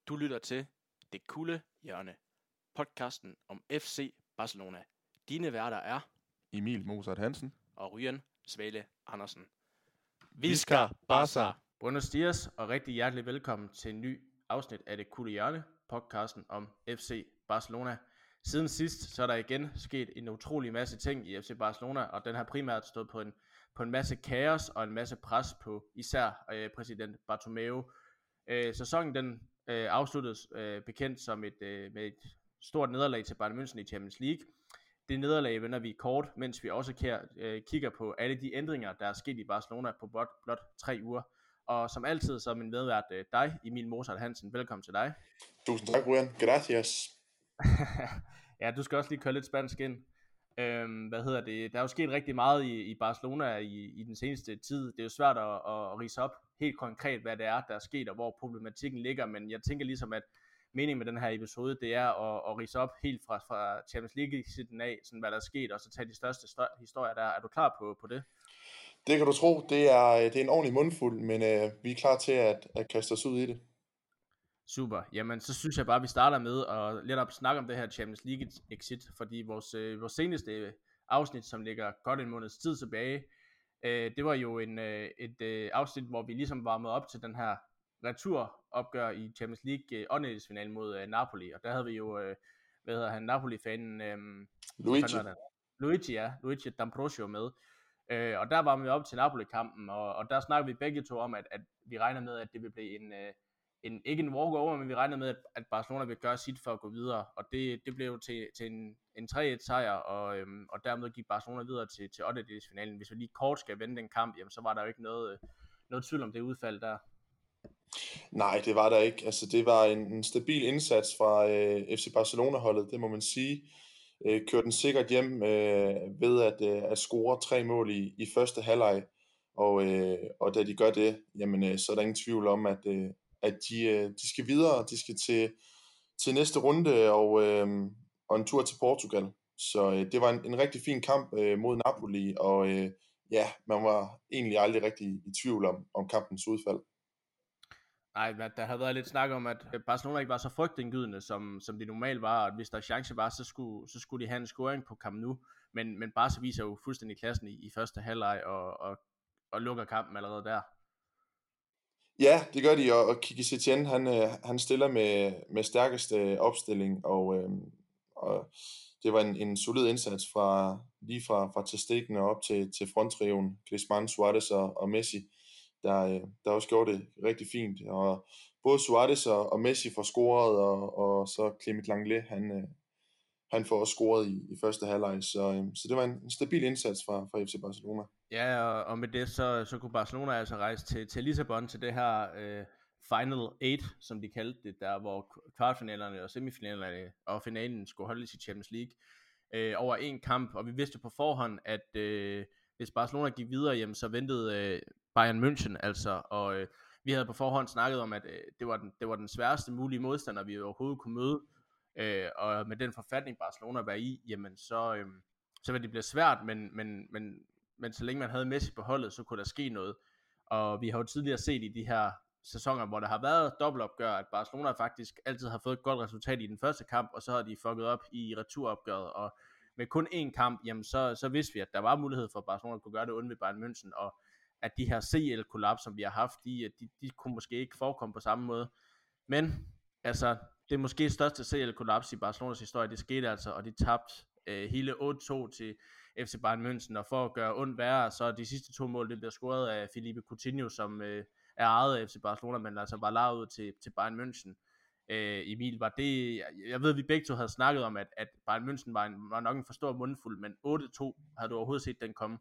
Du lytter til Det Kulde Hjørne, podcasten om FC Barcelona. Dine værter er Emil Mozart Hansen og Ryan Svale Andersen. Visca Barca. Buenos dias og rigtig hjertelig velkommen til en ny afsnit af Det Kulde Hjørne, podcasten om FC Barcelona. Siden sidst så er der igen sket en utrolig masse ting i FC Barcelona, og den har primært stået på en masse kaos og en masse pres på især præsident Bartomeu. Sæsonen den afsluttes bekendt som med et stort nederlag til Bayern München i Champions League. Det nederlag vender vi kort, mens vi også kigger på alle de ændringer, der er sket i Barcelona på blot 3 uger. Og som altid, så er min medvært dig, Emil Mozart Hansen. Velkommen til dig. Tusind tak, Ryan. Gracias. Ja, du skal også lige køre lidt spansk ind. Der er jo sket rigtig meget i Barcelona i den seneste tid. Det er jo svært at ridse op helt konkret, hvad det er, der er sket, og hvor problematikken ligger. Men jeg tænker ligesom, at meningen med den her episode, det er at ridse op helt fra Champions League-siden af, sådan hvad der er sket, og så tage de største historier der. Er du klar på det? Det kan du tro. Det er en ordentlig mundfuld, men vi er klar til at kaste os ud i det. Super. Jamen, så synes jeg bare, at vi starter med at lidt op snakke om det her Champions League exit, fordi vores seneste afsnit, som ligger godt en måneds tid tilbage, det var jo et afsnit, hvor vi ligesom varmede op til den her returopgør i Champions League åndedelsfinalen mod Napoli, og der havde vi jo, Napoli-fanen Luigi D'Ambrosio med, og der var vi op til Napoli-kampen, og der snakkede vi begge to om, at vi regner med, at det vil blive ikke en walkover, men vi regner med, at Barcelona vil gøre sit for at gå videre, og det blev jo til en 3-1 sejr, og dermed gik Barcelona videre til 8-delsfinalen. Hvis vi lige kort skal vende den kamp, jamen, så var der jo ikke noget tvivl om det udfald der. Nej, det var der ikke. Altså, det var en stabil indsats fra FC Barcelona-holdet, det må man sige. Kørte den sikkert hjem ved at score 3 mål i første halvleg, og da de gør det, jamen, så er der ingen tvivl om, at de skal videre, de skal til næste runde og en tur til Portugal. Så det var en rigtig fin kamp mod Napoli, og man var egentlig aldrig rigtig i tvivl om kampens udfald. Nej, der havde været lidt snak om, at Barcelona ikke var så frygtindgydende, som det normalt var, og hvis der chance var, så skulle de have en scoring på Camp Nou, men Barca viser jo fuldstændig klassen i første halvleg og lukker kampen allerede der. Ja, det gør de, og Kiki Setien, han stiller med stærkeste opstilling, og det var en solid indsats lige fra Ter op til fronttrioen, Griezmann, Suarez og Messi, der også gjorde det rigtig fint, og både Suarez og Messi får scoret, og så Clement Lenglet, han får også scoret i første halvleg, så det var en stabil indsats fra FC Barcelona. Ja, og med det så kunne Barcelona altså rejse til Lissabon til det her Final 8, som de kaldte det, der hvor kvartfinalerne og semifinalerne og finalen skulle holdes i Champions League over en kamp, og vi vidste på forhånd, at hvis Barcelona gik videre, jamen, så ventede Bayern München altså, og vi havde på forhånd snakket om, at det var den sværeste mulige modstander, vi overhovedet kunne møde, og med den forfatning Barcelona var i, jamen så vil det blive svært, men så længe man havde Messi på holdet, så kunne der ske noget. Og vi har jo tidligere set i de her sæsoner, hvor der har været dobbeltopgør, at Barcelona faktisk altid har fået et godt resultat i den første kamp, og så har de fucket op i returopgøret, og med kun én kamp, jamen så vidste vi, at der var mulighed for, at Barcelona kunne gøre det ondt ved Bayern München, og at de her CL-kollaps, som vi har haft, de kunne måske ikke forekomme på samme måde. Men altså, det måske største CL-kollaps i Barcelonas historie, det skete altså, og de tabte hele 8-2 til FC Bayern München, og for at gøre ondt værre, så de sidste 2 mål, det bliver scoret af Felipe Coutinho, som er ejet af FC Barcelona, men altså var lavet ud til Bayern München. Emil, var det, jeg ved, at vi begge to havde snakket om, at Bayern München var nok en for stor mundfuld, men 8-2, havde du overhovedet set den komme?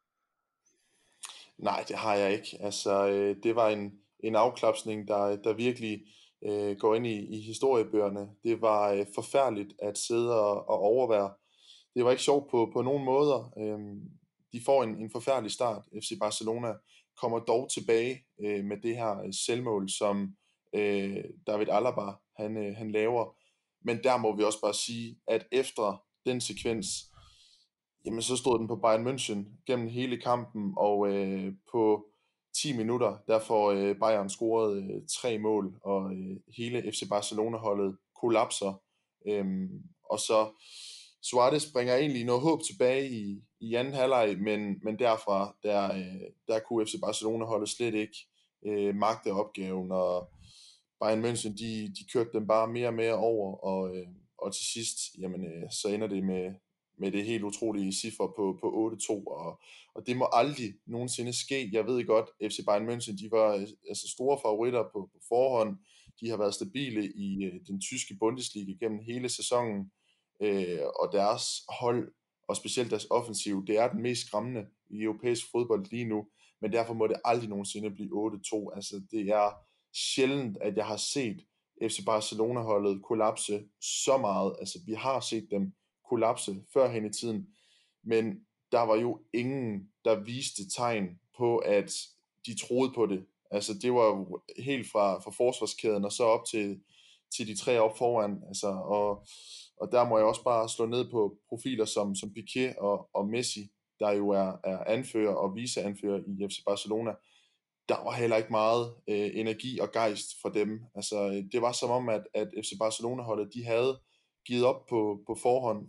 Nej, det har jeg ikke. Altså, det var en afklapsning, der virkelig går ind i historiebøgerne. Det var forfærdeligt at sidde og overvære. Det var ikke sjovt på nogen måder. De får en forfærdelig start. FC Barcelona kommer dog tilbage med det her selvmål, som David Alaba han laver. Men der må vi også bare sige, at efter den sekvens, jamen så stod den på Bayern München gennem hele kampen, og på 10 minutter, der får Bayern scoret 3 mål, og hele FC Barcelona-holdet kollapser. Og så Suarez bringer egentlig noget håb tilbage i anden halvleg, men derfra, der kunne FC Barcelona-holdet slet ikke magte opgaven, og Bayern München, de kørte dem bare mere og mere over, og til sidst, jamen, så ender det med det helt utrolige cifre på 8-2, og det må aldrig nogensinde ske. Jeg ved godt, FC Bayern München, de var altså store favoritter på forhånd. De har været stabile i den tyske Bundesliga gennem hele sæsonen, og deres hold, og specielt deres offensiv, det er den mest skræmmende i europæisk fodbold lige nu, men derfor må det aldrig nogensinde blive 8-2. Altså, det er sjældent, at jeg har set FC Barcelona-holdet kollapse så meget. Altså, vi har set dem kollapse førhen i tiden, men der var jo ingen, der viste tegn på, at de troede på det. Altså, det var jo helt fra forsvarskæden og så op til de tre op foran. Altså, og der må jeg også bare slå ned på profiler som Piqué og Messi, der jo er anfører og viceanfører i FC Barcelona. Der var heller ikke meget energi og gejst for dem. Altså, det var som om, at FC Barcelona-holdet, de havde givet op på forhånd.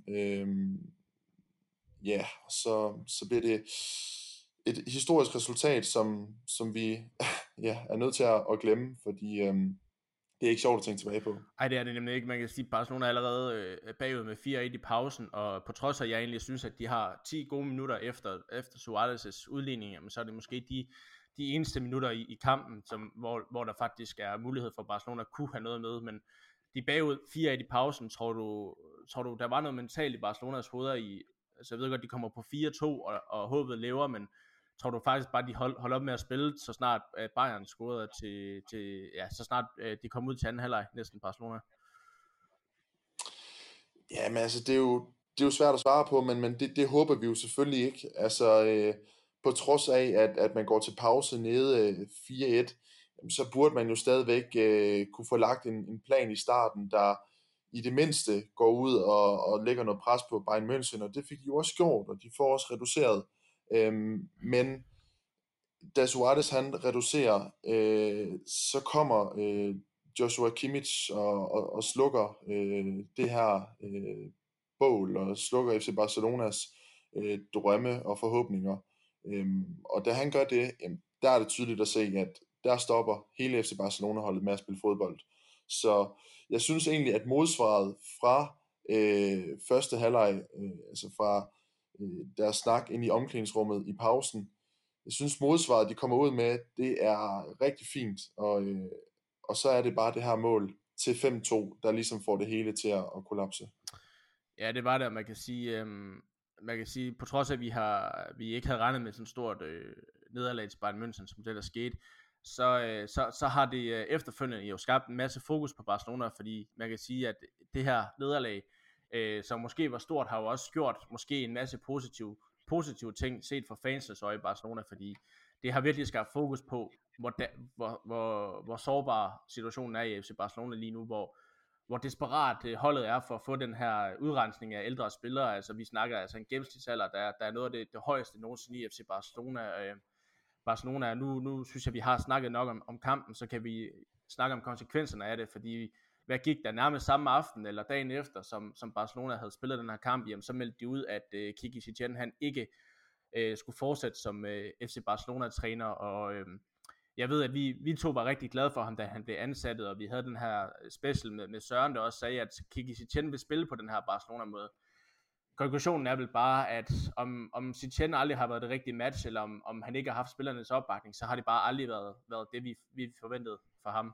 Så bliver det et historisk resultat, som vi er nødt til at glemme, fordi det er ikke sjovt at tænke tilbage på. Ej, det er det nemlig ikke. Man kan sige, at Barcelona er allerede bagud med 4-1 i pausen, og på trods af, at jeg egentlig synes, at de har 10 gode minutter efter Suarez' udligning, jamen, så er det måske de eneste minutter i kampen, hvor der faktisk er mulighed for Barcelona at kunne have noget med, men de er bagud 4-1 i pausen. Tror du, der var noget mentalt i Barcelonas hoveder i, altså jeg ved godt, de kommer på 4-2, og håbet lever, men tror du faktisk bare, de holdt op med at spille, så snart Bayern scorede så snart de kom ud til anden halvleg, næsten Barcelona? Ja, men altså, det er jo svært at svare på, men det håber vi jo selvfølgelig ikke. Altså, på trods af, at man går til pause nede 4-1, så burde man jo stadigvæk kunne få lagt en plan i starten, der i det mindste går ud og lægger noget pres på Bayern München, og det fik de jo også gjort, og de får også reduceret. Men da Suarez han reducerer, så kommer Joshua Kimmich og slukker det her bål, og slukker FC Barcelonas drømme og forhåbninger. Og da han gør det, der er det tydeligt at se, at der stopper hele FC Barcelona-holdet med at spille fodbold. Så jeg synes egentlig, at modsvaret fra første halvleg, altså fra deres snak ind i omklædningsrummet i pausen, jeg synes modsvaret, de kommer ud med, det er rigtig fint, og så er det bare det her mål til 5-2, der ligesom får det hele til at kollapse. Ja, det var det, man kan sige, på trods af, at vi ikke havde regnet med sådan stort nederlag til Bayern München, som det der skete, så har det efterfølgende jo skabt en masse fokus på Barcelona, fordi man kan sige, at det her nederlag, som måske var stort, har jo også gjort måske en masse positive ting set fra fansens øje i Barcelona, fordi det har virkelig skabt fokus på, hvor sårbar situationen er i FC Barcelona lige nu, hvor desperat holdet er for at få den her udrensning af ældre spillere. Altså vi snakker altså en gennemsnitsalder, der er noget af det højeste nogensinde i FC Barcelona. Nu synes jeg, vi har snakket nok om kampen, så kan vi snakke om konsekvenserne af det, fordi hvad gik der nærmest samme aften eller dagen efter, som Barcelona havde spillet den her kamp, jamen så meldte de ud, at Quique Setién, han ikke skulle fortsætte som FC Barcelona-træner, og jeg ved, at vi to var rigtig glade for ham, da han blev ansat, og vi havde den her special med Søren, der også sagde, at Quique Setién vil spille på den her Barcelona-måde. Konklusionen er vel bare, at om Setién aldrig har været det rigtige match, eller om han ikke har haft spillernes opbakning, så har det bare aldrig været det, vi forventede for ham.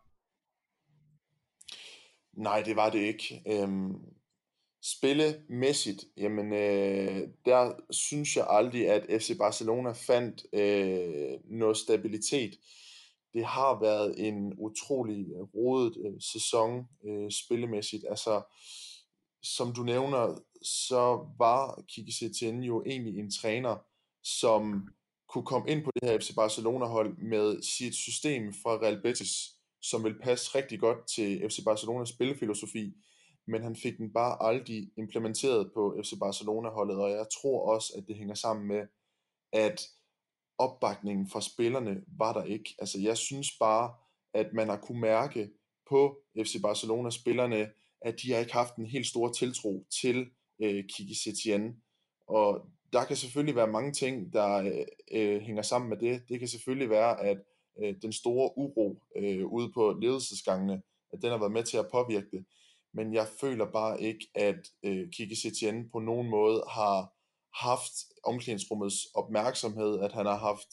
Nej, det var det ikke. Spillemæssigt, jamen der synes jeg aldrig, at FC Barcelona fandt noget stabilitet. Det har været en utrolig rodet sæson spillemæssigt. Altså, som du nævner, så var Quique Setién jo egentlig en træner, som kunne komme ind på det her FC Barcelona-hold med sit system fra Real Betis, som vil passe rigtig godt til FC Barcelonas spillefilosofi, men han fik den bare aldrig implementeret på FC Barcelona-holdet, og jeg tror også, at det hænger sammen med, at opbakningen fra spillerne var der ikke. Altså jeg synes bare, at man har kunne mærke på FC Barcelona spillerne, at de har ikke haft en helt stor tiltro til Kiki Setien. Og der kan selvfølgelig være mange ting, der hænger sammen med det. Det kan selvfølgelig være, at den store uro ude på ledelsesgangene, at den har været med til at påvirke det. Men jeg føler bare ikke, at Kiki Setien på nogen måde har haft omklædningsrummets opmærksomhed, at han har haft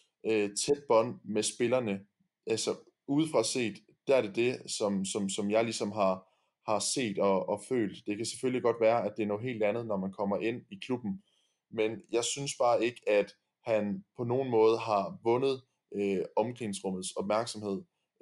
tæt bånd med spillerne. Altså udefra set, der er det, som jeg ligesom har set og følt. Det kan selvfølgelig godt være, at det er noget helt andet, når man kommer ind i klubben. Men jeg synes bare ikke, at han på nogen måde har vundet omklædningsrummets opmærksomhed,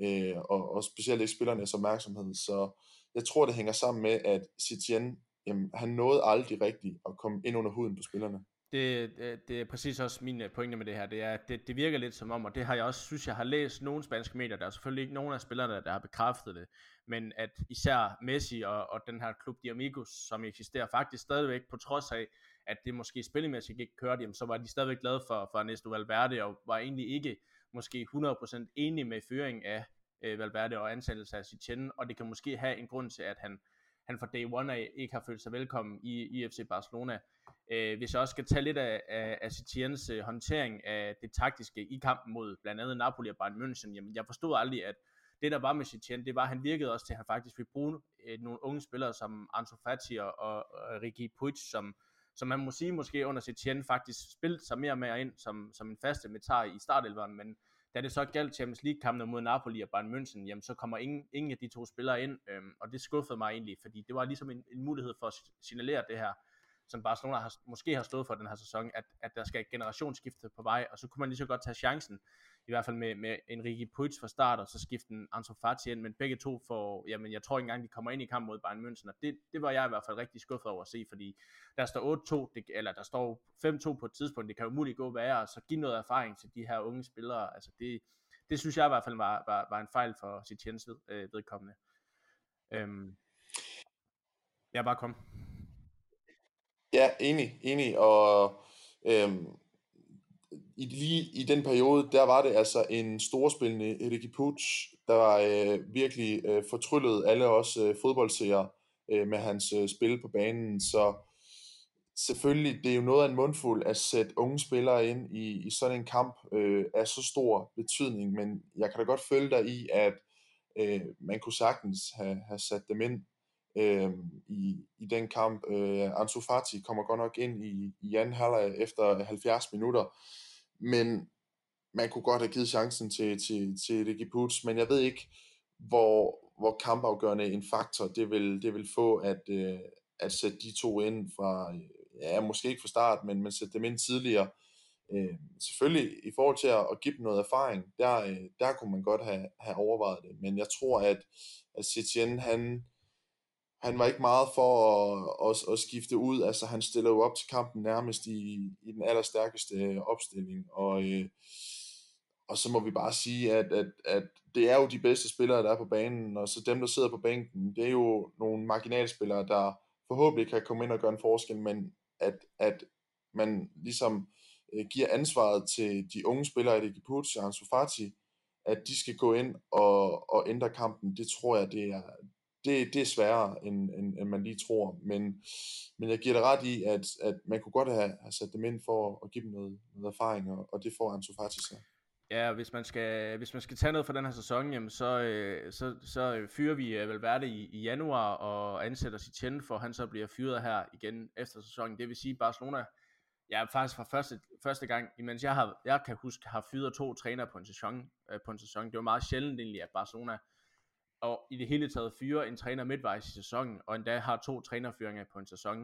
og specielt ikke spillernes opmærksomhed. Så jeg tror, det hænger sammen med, at Setien, jamen, han nåede aldrig rigtigt at komme ind under huden på spillerne. Det er præcis også min pointe med det her. Det virker lidt som om, og det har jeg også, synes jeg har læst nogle spanske medier, der er selvfølgelig ikke nogen af spillerne, der har bekræftet det, men at især Messi og den her klub de Amigos, som eksisterer faktisk stadigvæk, på trods af, at det måske spillemæssigt ikke kørte, jamen, så var de stadigvæk glade for Ernesto Valverde, og var egentlig ikke måske 100% enige med fyring af Valverde og ansættelse af Setien, og det kan måske have en grund til, at han fra day one af ikke har følt sig velkommen i FC Barcelona. Hvis jeg også skal tage lidt af Setiens håndtering af det taktiske i kampen mod blandt andet Napoli og Bayern München, jamen jeg forstod aldrig, at det der var med Setien, det var, at han virkede også til, at han faktisk ville bruge nogle unge spillere som Ansu Fati og Riqui Puig, som man må sige måske under Setien faktisk spillede sig mere og mere ind som en faste metar i startelveren, men da det så galt Champions League-kampene mod Napoli og Bayern München, jamen så kommer ingen af de to spillere ind, og det skuffede mig egentlig, fordi det var ligesom en mulighed for at signalere det her, som Barcelona måske har stået for den her sæson, at der skal et generationsskifte på vej, og så kunne man lige så godt tage chancen, i hvert fald med Enrique Puig fra start, og så skifte en Ansu Fati ind, men begge to får, jamen jeg tror ikke engang, de kommer ind i kamp mod Bayern München, og det var jeg i hvert fald rigtig skuffet over at se, fordi der står 8-2, eller der står 5-2 på et tidspunkt, det kan jo muligt gå værre, og så give noget erfaring til de her unge spillere, altså det synes jeg i hvert fald var en fejl for Setiens vedkommende. Jeg bare kom. Ja, enig, og lige i den periode, der var det altså en storspillende Riqui Puig, der virkelig fortryllede alle os fodboldseere med hans spil på banen, så selvfølgelig, det er jo noget af en mundfuld at sætte unge spillere ind i sådan en kamp af så stor betydning, men jeg kan da godt følge dig i, at man kunne sagtens have sat dem ind i den kamp. Ansu Fati kommer godt nok ind i anden halvleg efter 70 minutter, men man kunne godt have givet chancen til Riqui Puig, men jeg ved ikke, hvor kampafgørende en faktor det vil få at sætte de to ind fra, ja, måske ikke fra start, men sætte dem ind tidligere. Selvfølgelig i forhold til at give dem noget erfaring, der kunne man godt have overvejet det, men jeg tror, at Setien, han var ikke meget for at skifte ud, altså han stiller jo op til kampen nærmest i den allerstærkeste opstilling, og så må vi bare sige, at det er jo de bedste spillere, der er på banen, og så dem, der sidder på bænken, det er jo nogle marginalspillere, der forhåbentlig kan komme ind og gøre en forskel, men at man ligesom giver ansvaret til de unge spillere, Riqui Puig og Ansu Fati, at de skal gå ind og ændre kampen, det tror jeg, det er sværere, end man lige tror, men jeg giver det ret i, at man kunne godt have sat dem ind for at give dem noget erfaring, og det får Ansu Fati så. Ja, hvis man skal tage noget fra den her sæson, jamen så fyrer vi Valverde i januar og ansætter Setien, for han så bliver fyret her igen efter sæsonen. Det vil sige, Barcelona, ja, faktisk fra første gang, imens jeg kan huske, har fyret 2 trænere på en sæson. Det var meget sjældent egentlig, at Barcelona og i det hele taget fyrer en træner midtvejs i sæsonen, og endda har 2 trænerfyringer på en sæson.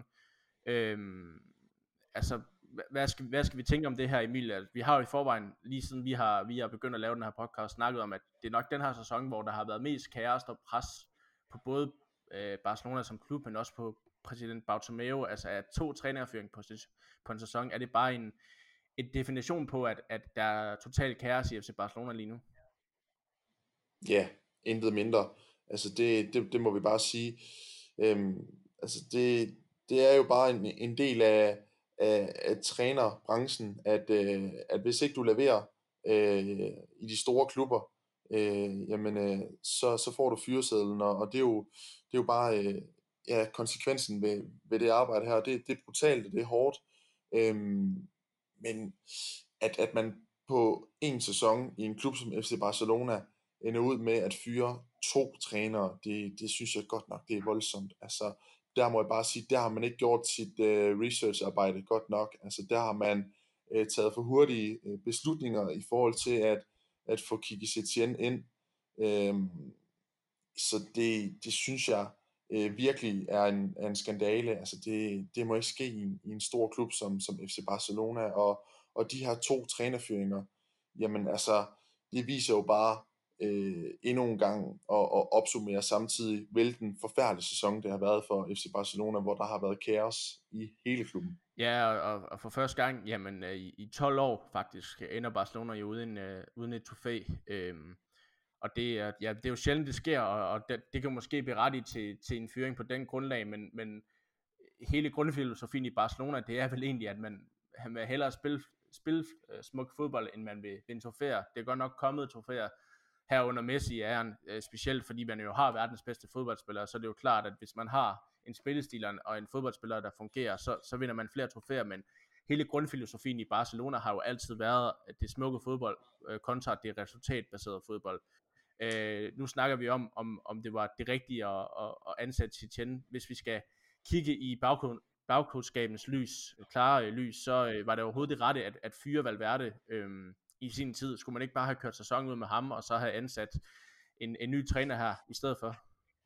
Altså, hvad skal vi tænke om det her, Emil? Altså, vi har jo i forvejen, lige siden vi har begyndt at lave den her podcast, snakket om, at det er nok den her sæson, hvor der har været mest kaos og pres på både Barcelona som klub, men også på præsident Bartomeu. Altså, at 2 trænerfyringer på en sæson, er det bare en definition på, at der er totalt kaos i FC Barcelona lige nu? Ja, intet mindre. Altså, det må vi bare sige. Altså, det er jo bare en del af trænerbranchen, at hvis ikke du leverer i de store klubber, så får du fyresedlen, og det er jo bare konsekvensen ved det arbejde her. Det er brutalt, og det er hårdt. Men at man på en sæson i en klub som FC Barcelona ender ud med at fyre 2 trænere, det synes jeg godt nok, det er voldsomt. Altså, der må jeg bare sige, der har man ikke gjort sit research-arbejde godt nok. Altså, der har man taget for hurtige beslutninger i forhold til at få Quique Setién ind. Så det synes jeg virkelig er en skandale. Altså, det må ikke ske i en stor klub som FC Barcelona, og de her 2 trænerfyringer, jamen altså, det viser jo bare endnu en gang og opsummerer samtidig, hvilken forfærdelig sæson det har været for FC Barcelona, hvor der har været kaos i hele klubben. Ja, og for første gang, jamen i 12 år faktisk, ender Barcelona jo uden et trofæ. Og det er jo sjældent det sker, og det kan måske berettige til en fyring på den grundlag, men hele grundfilosofien i Barcelona, det er vel egentlig, at man vil hellere spille smuk fodbold, end man vil vinde trofæer. Det er godt nok kommet trofæer herunder Messi i æren, specielt fordi man jo har verdens bedste fodboldspillere, så er det jo klart, at hvis man har en spillestil og en fodboldspiller, der fungerer, så vinder man flere trofæer, men hele grundfilosofien i Barcelona har jo altid været det smukke fodbold kontra det resultatbaserede fodbold. Nu snakker vi om det var det rigtige at ansætte Setién. Hvis vi skal kigge i bagklodskabens klare lys, så var det overhovedet det rette at fyre Valverde i sin tid. Skulle man ikke bare have kørt sæsonen ud med ham, og så have ansat en ny træner her i stedet for?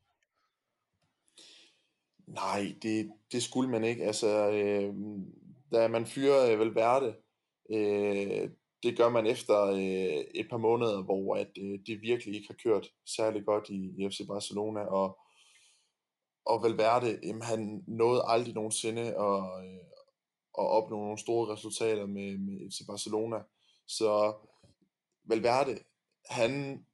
Nej, det skulle man ikke. Altså, da man fyrer Valverde, det gør man efter et par måneder, hvor det virkelig ikke har kørt særlig godt i FC Barcelona, og Valverde, han nåede aldrig nogensinde at opnå nogle store resultater med FC Barcelona. Så Valverde, han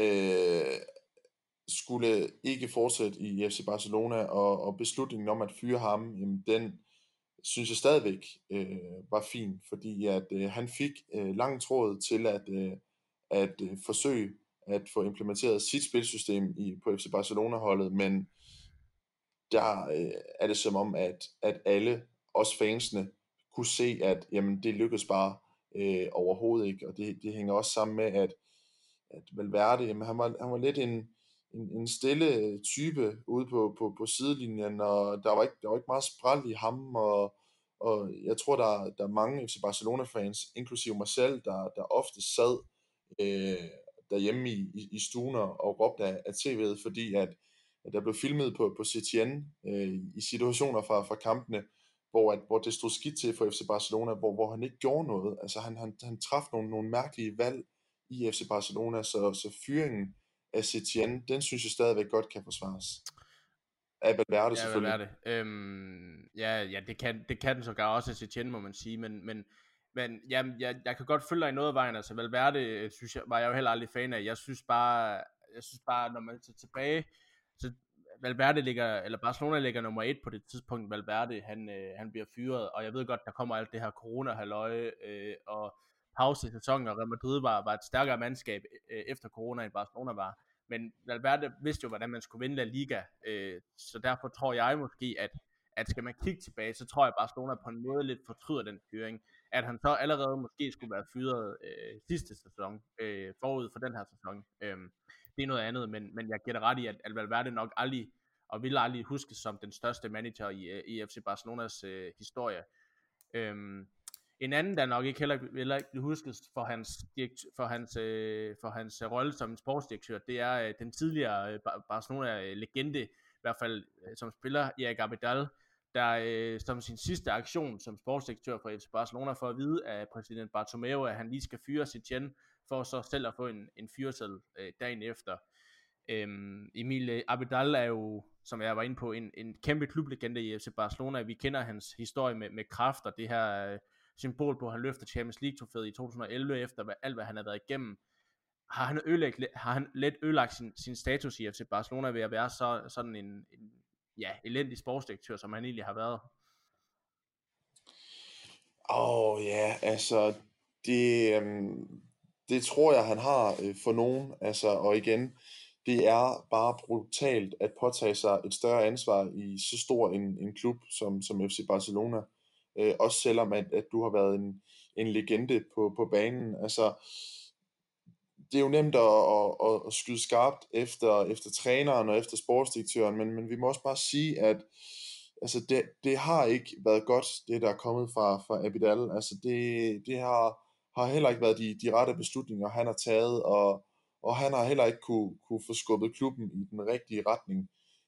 skulle ikke fortsætte i FC Barcelona, og beslutningen om at fyre ham, jamen den synes jeg stadigvæk var fin, fordi at han fik lang tråd til at forsøge at få implementeret sit spilsystem på FC Barcelona-holdet, men der er det som om, at alle, også fansene, kunne se, at jamen, det lykkedes bare overhovedet ikke, og det hænger også sammen med, at Valverde, jamen, han var lidt en stille type ude på sidelinjen, og der var ikke meget spræl i ham, og jeg tror, der er mange FC Barcelona-fans, inklusive mig selv, der ofte sad derhjemme i stuen og råbte af tv'et, fordi at der blev filmet på Setién i situationer fra kampene, hvor det stod skidt til for FC Barcelona, hvor han ikke gjorde noget. Altså han traf nogle mærkelige valg i FC Barcelona, så fyringen af Setién, den synes jeg stadigvæk godt kan forsvares. Af Valverde selvfølgelig. Ja, det kan den sågar også af Setién, må man sige, men jamen, jeg kan godt følge dig i noget af vejen. Altså Valverde synes jeg, var jeg jo heller aldrig fan af. Jeg synes bare, når man tager tilbage, så Barcelona ligger nummer 1 på det tidspunkt. Valverde han bliver fyret, og jeg ved godt, der kommer alt det her corona-halløje og pause i sæsonen, og Real Madrid var et stærkere mandskab efter corona, end Barcelona var. Men Valverde vidste jo, hvordan man skulle vinde La Liga, så derfor tror jeg måske, at skal man kigge tilbage, så tror jeg, at Barcelona på en måde lidt fortryder den fyring. At han så allerede måske skulle være fyret sidste sæson, forud for den her sæson. Det er noget andet, men jeg giver det ret i, at Valverde nok aldrig, og vil aldrig huskes som den største manager i FC Barcelonas historie. En anden, der nok ikke heller vil huskes for hans rolle som en sportsdirektør, det er den tidligere Barcelona-legende, i hvert fald som spiller, Erik Abidal, der som sin sidste aktion som sportsdirektør for FC Barcelona for at vide af præsident Bartomeu, at han lige skal fyre Setién, for så selv at få en fyreseddel dagen efter. Emil Abidal er jo, som jeg var inde på, en kæmpe klublegende i FC Barcelona. Vi kender hans historie med kraft og det her symbol på, at han løfter Champions League-trofæet i 2011 efter alt, hvad han har været igennem. Har han let ødelagt sin status i FC Barcelona ved at være sådan en elendig sportsdirektør, som han egentlig har været? Ja, altså, det, det tror jeg, han har for nogen. Altså, og igen, det er bare brutalt at påtage sig et større ansvar i så stor en klub som FC Barcelona. Også selvom at du har været en legende på banen. Altså, det er jo nemt at skyde skarpt efter træneren og efter sportsdirektøren, men vi må også bare sige, at altså det har ikke været godt, det der er kommet fra Abidal. Altså det har heller ikke været de rette beslutninger, han har taget, og han har heller ikke kunne få skubbet klubben i den rigtige retning.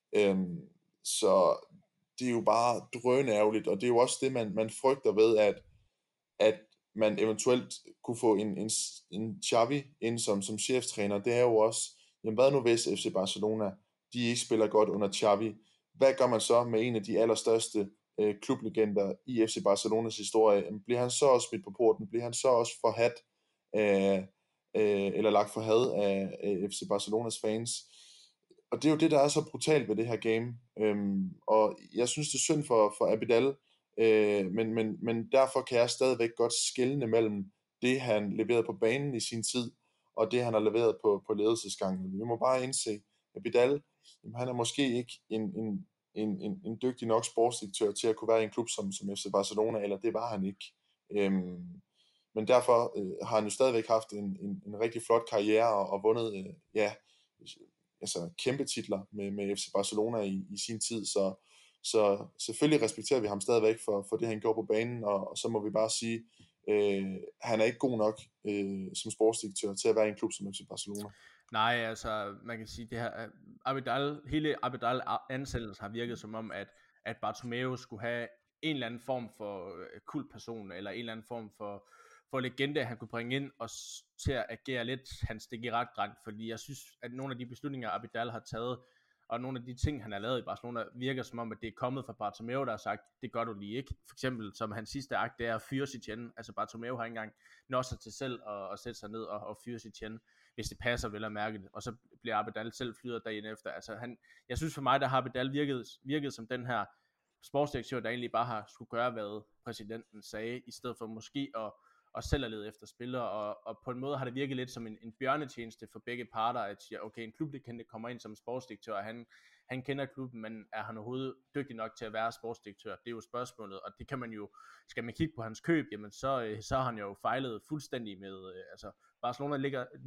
Så det er jo bare drønærgerligt, og det er jo også det, man frygter ved, at man eventuelt kunne få en Xavi ind som cheftræner. Det er jo også, jamen hvad nu hvis FC Barcelona, de ikke spiller godt under Xavi? Hvad gør man så med en af de allerstørste klublegender i FC Barcelonas historie? Bliver han så også smidt på porten? Bliver han så også forhat eller lagt for had af FC Barcelonas fans? Og det er jo det, der er så brutalt ved det her game. Og jeg synes, det er synd for Abidal, men derfor kan jeg stadigvæk godt skelne mellem det, han leverede på banen i sin tid, og det, han har leveret på ledelsesgangen. Vi må bare indse, at Abidal, han er måske ikke en dygtig nok sportsdirektør til at kunne være i en klub som FC Barcelona, eller det var han ikke. Men derfor har han jo stadigvæk haft en rigtig flot karriere og vundet altså kæmpe titler med FC Barcelona i sin tid, så selvfølgelig respekterer vi ham stadigvæk for det, han gjorde på banen, og så må vi bare sige, han er ikke god nok som sportsdirektør til at være i en klub som FC Barcelona. Nej, altså man kan sige, det her hele Abidal ansættelse har virket som om, at Bartomeu skulle have en eller anden form for kultperson, eller en eller anden form for legende, han kunne bringe ind og til at agere lidt hans stik i ret, fordi jeg synes, at nogle af de beslutninger, Abidal har taget, og nogle af de ting, han har lavet i Barcelona, virker som om, at det er kommet fra Bartomeu, der har sagt, det gør du lige ikke. For eksempel, som hans sidste akt, det er at fyre Setien. Altså Bartomeu har ikke engang nået sig til selv at sætte sig ned og fyre Setien, hvis det passer vel at mærke det. Og så bliver Abidal selv fyret dagen efter. Altså jeg synes for mig, der har Abidal virket som den her sportsdirektør, der egentlig bare har skulle gøre, hvad præsidenten sagde, i stedet for måske at selv at lede efter spillere, og på en måde har det virket lidt som en bjørnetjeneste for begge parter, at sige, okay, en klublegende kommer ind som sportsdirektør, og han kender klubben, men er han overhovedet dygtig nok til at være sportsdirektør? Det er jo spørgsmålet, og det kan man jo, skal man kigge på hans køb, jamen så har han jo fejlet fuldstændig med, altså Barcelona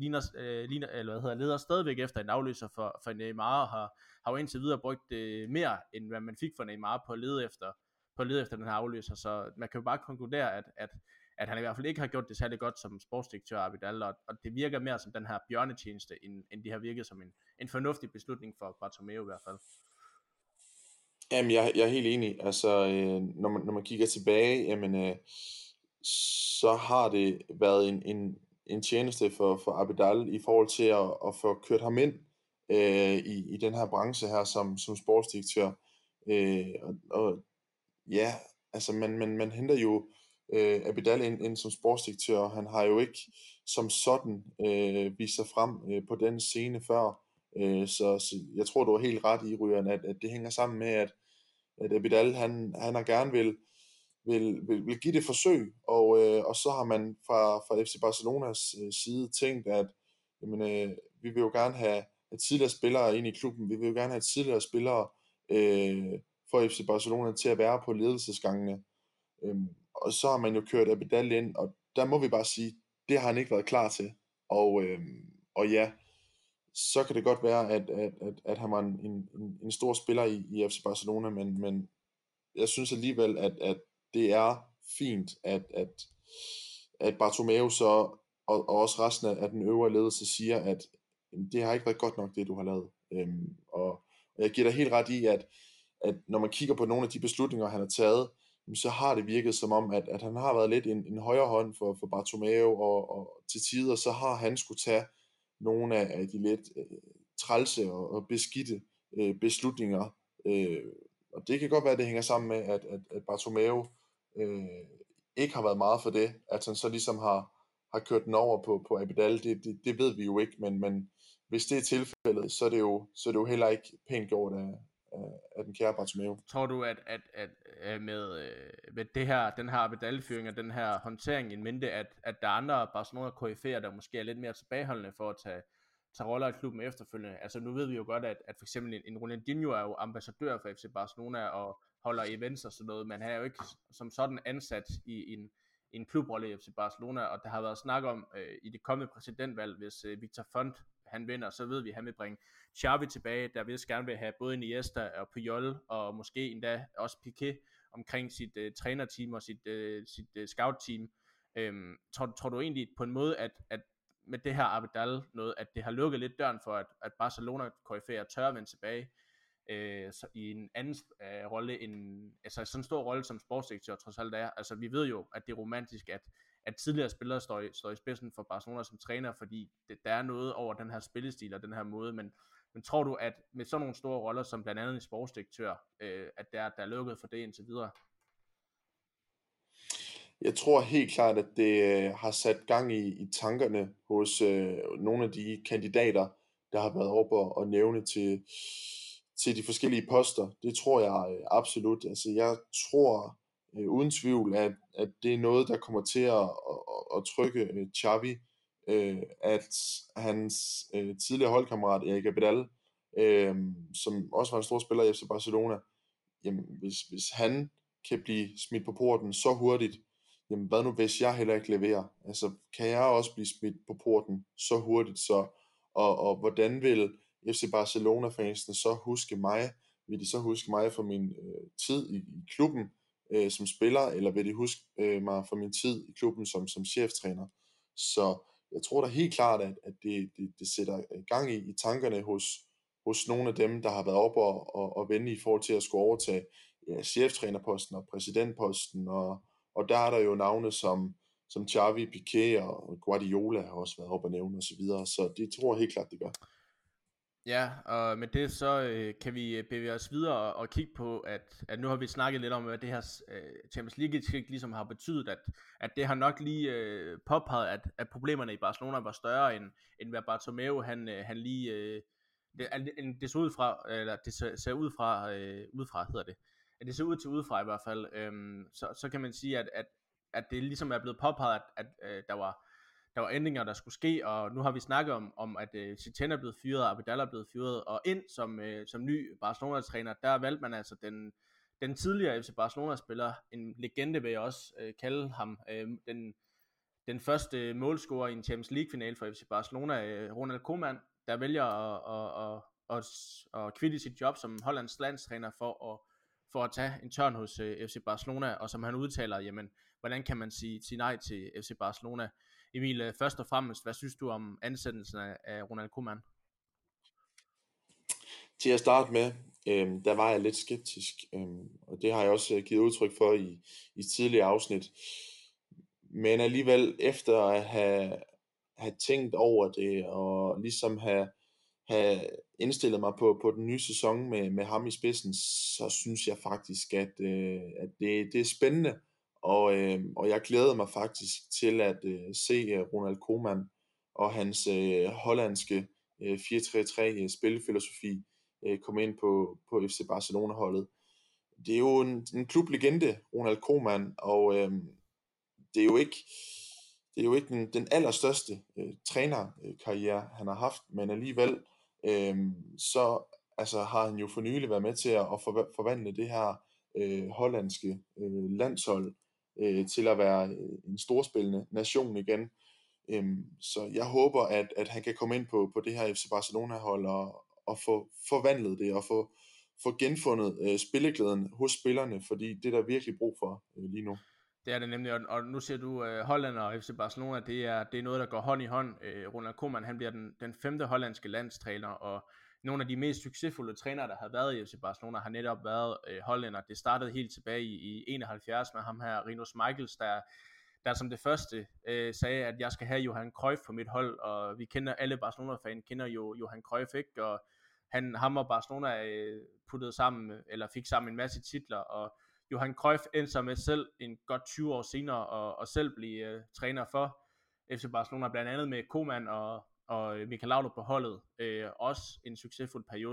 leder stadigvæk efter en afløser for Neymar, og har jo indtil videre brugt mere, end hvad man fik for Neymar på at lede efter den her afløser, så man kan jo bare konkludere, at han i hvert fald ikke har gjort det særlig godt som sportsdirektør Abidal, og det virker mere som den her bjørnetjeneste, end det har virket som en fornuftig beslutning for Bartomeu i hvert fald. Jamen, jeg er helt enig. Altså, når man kigger tilbage, jamen, så har det været en tjeneste for Abidal i forhold til at få kørt ham ind i den her branche her som sportsdirektør. Og ja, altså man henter jo Abidal ind som sportsdirektør. Han har jo ikke som sådan vist sig frem på den scene før. Så jeg tror, du har helt ret i, Ryan, at det hænger sammen med, at Abidal han har gerne vil give det forsøg, og så har man fra FC Barcelonas side tænkt, at jamen, vi vil jo gerne have tidligere spillere ind i klubben, vi vil jo gerne have tidligere spillere for FC Barcelona til at være på ledelsesgangene, og så har man jo kørt Abidal ind, og der må vi bare sige, det har han ikke været klar til, og ja, så kan det godt være, at han var en stor spiller i FC Barcelona, men jeg synes alligevel, at det er fint, at Bartomeu så, og også resten af den øvre ledelse siger, at det har ikke været godt nok, det du har lavet. Og jeg giver dig helt ret i, at når man kigger på nogle af de beslutninger, han har taget, så har det virket som om, at han har været lidt en højre hånd for Bartomeu, og til tider så har han skulle tage nogle af de lidt trælse og beskidte beslutninger. Og det kan godt være, at det hænger sammen med, at Bartomeu ikke har været meget for det, at han så ligesom har kørt den over på Abidal. Det ved vi jo ikke, men hvis det er tilfældet, så er det jo heller ikke pænt gjort af den kære Bartomeu. Tror du, at med det her, den her Abidal-fyring og den her håndtering in mente, at der er andre Barcelona-koryfæer, der måske er lidt mere tilbageholdende for at tage roller i klubben efterfølgende? Altså nu ved vi jo godt, at for eksempel en Ronaldinho er jo ambassadør for FC Barcelona og holder events og sådan noget, men han er jo ikke som sådan ansat i en klubrolle i FC Barcelona, og der har været snak om i det kommende præsidentvalg, hvis Victor Font han vinder, så ved vi, at han vil bringe Xavi tilbage, der vil gerne vil have både Iniesta og Puyol, og måske endda også Piqué omkring sit trænerteam og sit scout-team. Tror du egentlig på en måde, at med det her Abidal noget, at det har lukket lidt døren for, at Barcelona-koryfæer tør at vende tilbage i en anden rolle, altså sådan en stor rolle som sportsdirektør trods alt er. Altså vi ved jo, at det er romantisk, at tidligere spillere står i spidsen for Barcelona som træner, fordi der er noget over den her spillestil og den her måde, men tror du, at med sådan nogle store roller, som blandt andet en sportsdirektør, at der er lukket for det indtil videre? Jeg tror helt klart, at det har sat gang i tankerne hos nogle af de kandidater, der har været oppe og nævne til de forskellige poster. Det tror jeg absolut. Altså jeg tror uden tvivl, at det er noget, der kommer til at trykke Xavi, at hans tidligere holdkammerat Erik Abidal, som også var en stor spiller i FC Barcelona, jamen hvis han kan blive smidt på porten så hurtigt, jamen hvad nu hvis jeg heller ikke leverer? Altså kan jeg også blive smidt på porten så hurtigt, og hvordan vil FC Barcelona-fansene så huske mig? Vil de så huske mig for min tid i klubben som spiller, eller vil de huske mig for min tid i klubben som cheftræner? Så jeg tror da helt klart, at det sætter gang i tankerne hos nogle af dem, der har været oppe og vende i forhold til at skulle overtage cheftrænerposten og præsidentposten, og der er der jo navne som Xavi, Piqué og Guardiola har også været oppe og nævne osv., så det tror jeg helt klart, det gør. Ja, og med det så kan vi bevæge os videre og kigge på, at nu har vi snakket lidt om, hvad det her Champions League ligesom har betydet, at det har nok lige påpeget, at problemerne i Barcelona var større, end hvad Bartomeu han lige... det ser ud fra, eller det ser ud fra, hedder det. At det ser ud til udefra i hvert fald, så kan man sige, at det ligesom er blevet påpeget, at der var ændringer, der skulle ske, og nu har vi snakket om at Setien er blevet fyret, og Abidal er blevet fyret, og ind som ny Barcelona-træner, der valgte man altså den tidligere FC Barcelona-spiller, en legende vil jeg også kalde ham, den første målscorer i en Champions League-final for FC Barcelona, Ronald Koeman, der vælger at kvitte sit job som Hollands landstræner for at tage en tørn hos FC Barcelona, og som han udtaler, jamen, hvordan kan man sige nej til FC Barcelona? Emil, først og fremmest, hvad synes du om ansættelsen af Ronald Koeman? Til at starte med, der var jeg lidt skeptisk, og det har jeg også givet udtryk for i tidligere afsnit. Men alligevel, efter at have tænkt over det, og ligesom have indstillet mig på den nye sæson med ham i spidsen, så synes jeg faktisk, at det er spændende, og jeg glæder mig faktisk til at se Ronald Koeman og hans hollandske 4-3-3 spillefilosofi komme ind på FC Barcelona-holdet. Det er jo en klublegende, Ronald Koeman, og det er jo ikke den allerstørste trænerkarriere, han har haft, men alligevel så altså, har han jo for nylig været med til at forvandle det her hollandske landshold til at være en storspillende nation igen. Så jeg håber, at han kan komme ind på det her FC Barcelona-hold og få forvandlet det og få genfundet spilleglæden hos spillerne, fordi det er der virkelig brug for lige nu. Det er det nemlig, og nu ser du Holland og FC Barcelona, det er noget, der går hånd i hånd. Ronald Koeman, han bliver den 5. hollandske landstræner, og nogle af de mest succesfulde trænere, der har været i FC Barcelona, har netop været hollænder. Det startede helt tilbage i 71 med ham her, Rinus Michels, der som det første sagde, at jeg skal have Johan Cruyff på mit hold, og vi kender, alle Barcelona-fans kender jo Johan Cruyff, ikke? Og ham og Barcelona puttede sammen, eller fik sammen en masse titler, og Johan Cruyff endte sig med selv en godt 20 år senere og selv blive træner for FC Barcelona, blandt andet med Koeman og Mikel Laudrup på holdet. Også en succesfuld periode.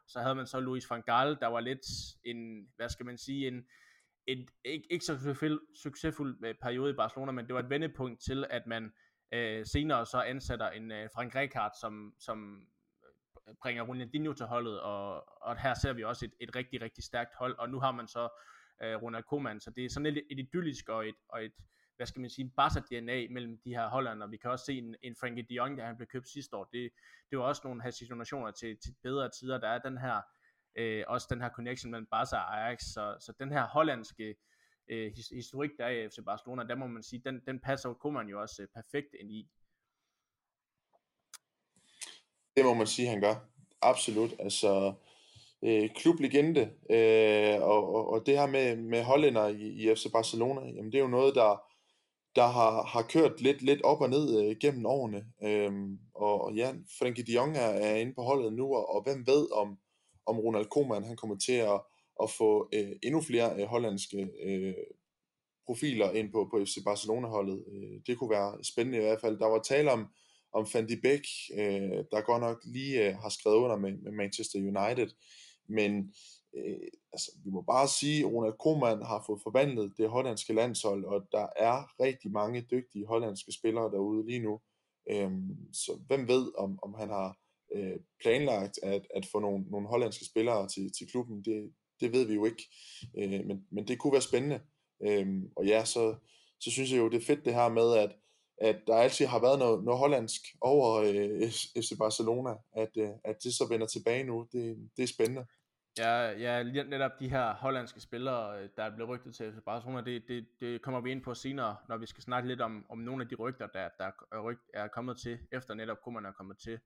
Så havde man så Louis van Gaal, der var lidt en, hvad skal man sige, ikke så succesfuld periode i Barcelona, men det var et vendepunkt til, at man senere så ansætter en Frank Rijkaard, som bringer Ronaldinho til holdet, og her ser vi også et rigtig, rigtig stærkt hold, og nu har man så Ronald Koeman, så det er sådan et idyllisk og et hvad skal man sige, Barca-DNA mellem de her hollænder. Vi kan også se en Frenkie de Jong, der han blev købt sidste år. Det var også nogle hallucinationer til bedre tider. Der er den her, også den her connection mellem Barca og Ajax, så den her hollandske historik, der er i FC Barcelona, der må man sige, den passer Koeman jo også perfekt ind i. Det må man sige, han gør. Absolut. Altså, klublegende, og det her med hollænder i FC Barcelona, jamen det er jo noget, der har kørt lidt op og ned gennem årene. Og ja, Frenkie de Jong er inde på holdet nu, og hvem ved om Ronald Koeman han kommer til at få endnu flere hollandske profiler ind på FC Barcelona-holdet. Det kunne være spændende i hvert fald. Der var tale om Van de Beek, der godt nok lige har skrevet under med Manchester United, men altså, vi må bare sige, at Ronald Koeman har fået forvandlet det hollandske landshold, og der er rigtig mange dygtige hollandske spillere derude lige nu. Så hvem ved, om han har planlagt at få nogle hollandske spillere til klubben, det ved vi jo ikke, men det kunne være spændende. Og ja, så synes jeg jo, det er fedt det her med, at der altid har været noget hollandsk over FC Barcelona, at det så vender tilbage nu, det er spændende. Ja, netop de her hollandske spillere, der er blevet rygtet til FC Barcelona, det kommer vi ind på senere, når vi skal snakke lidt om nogle af de rygter, der er kommet til, efter netop Koeman er kommet til.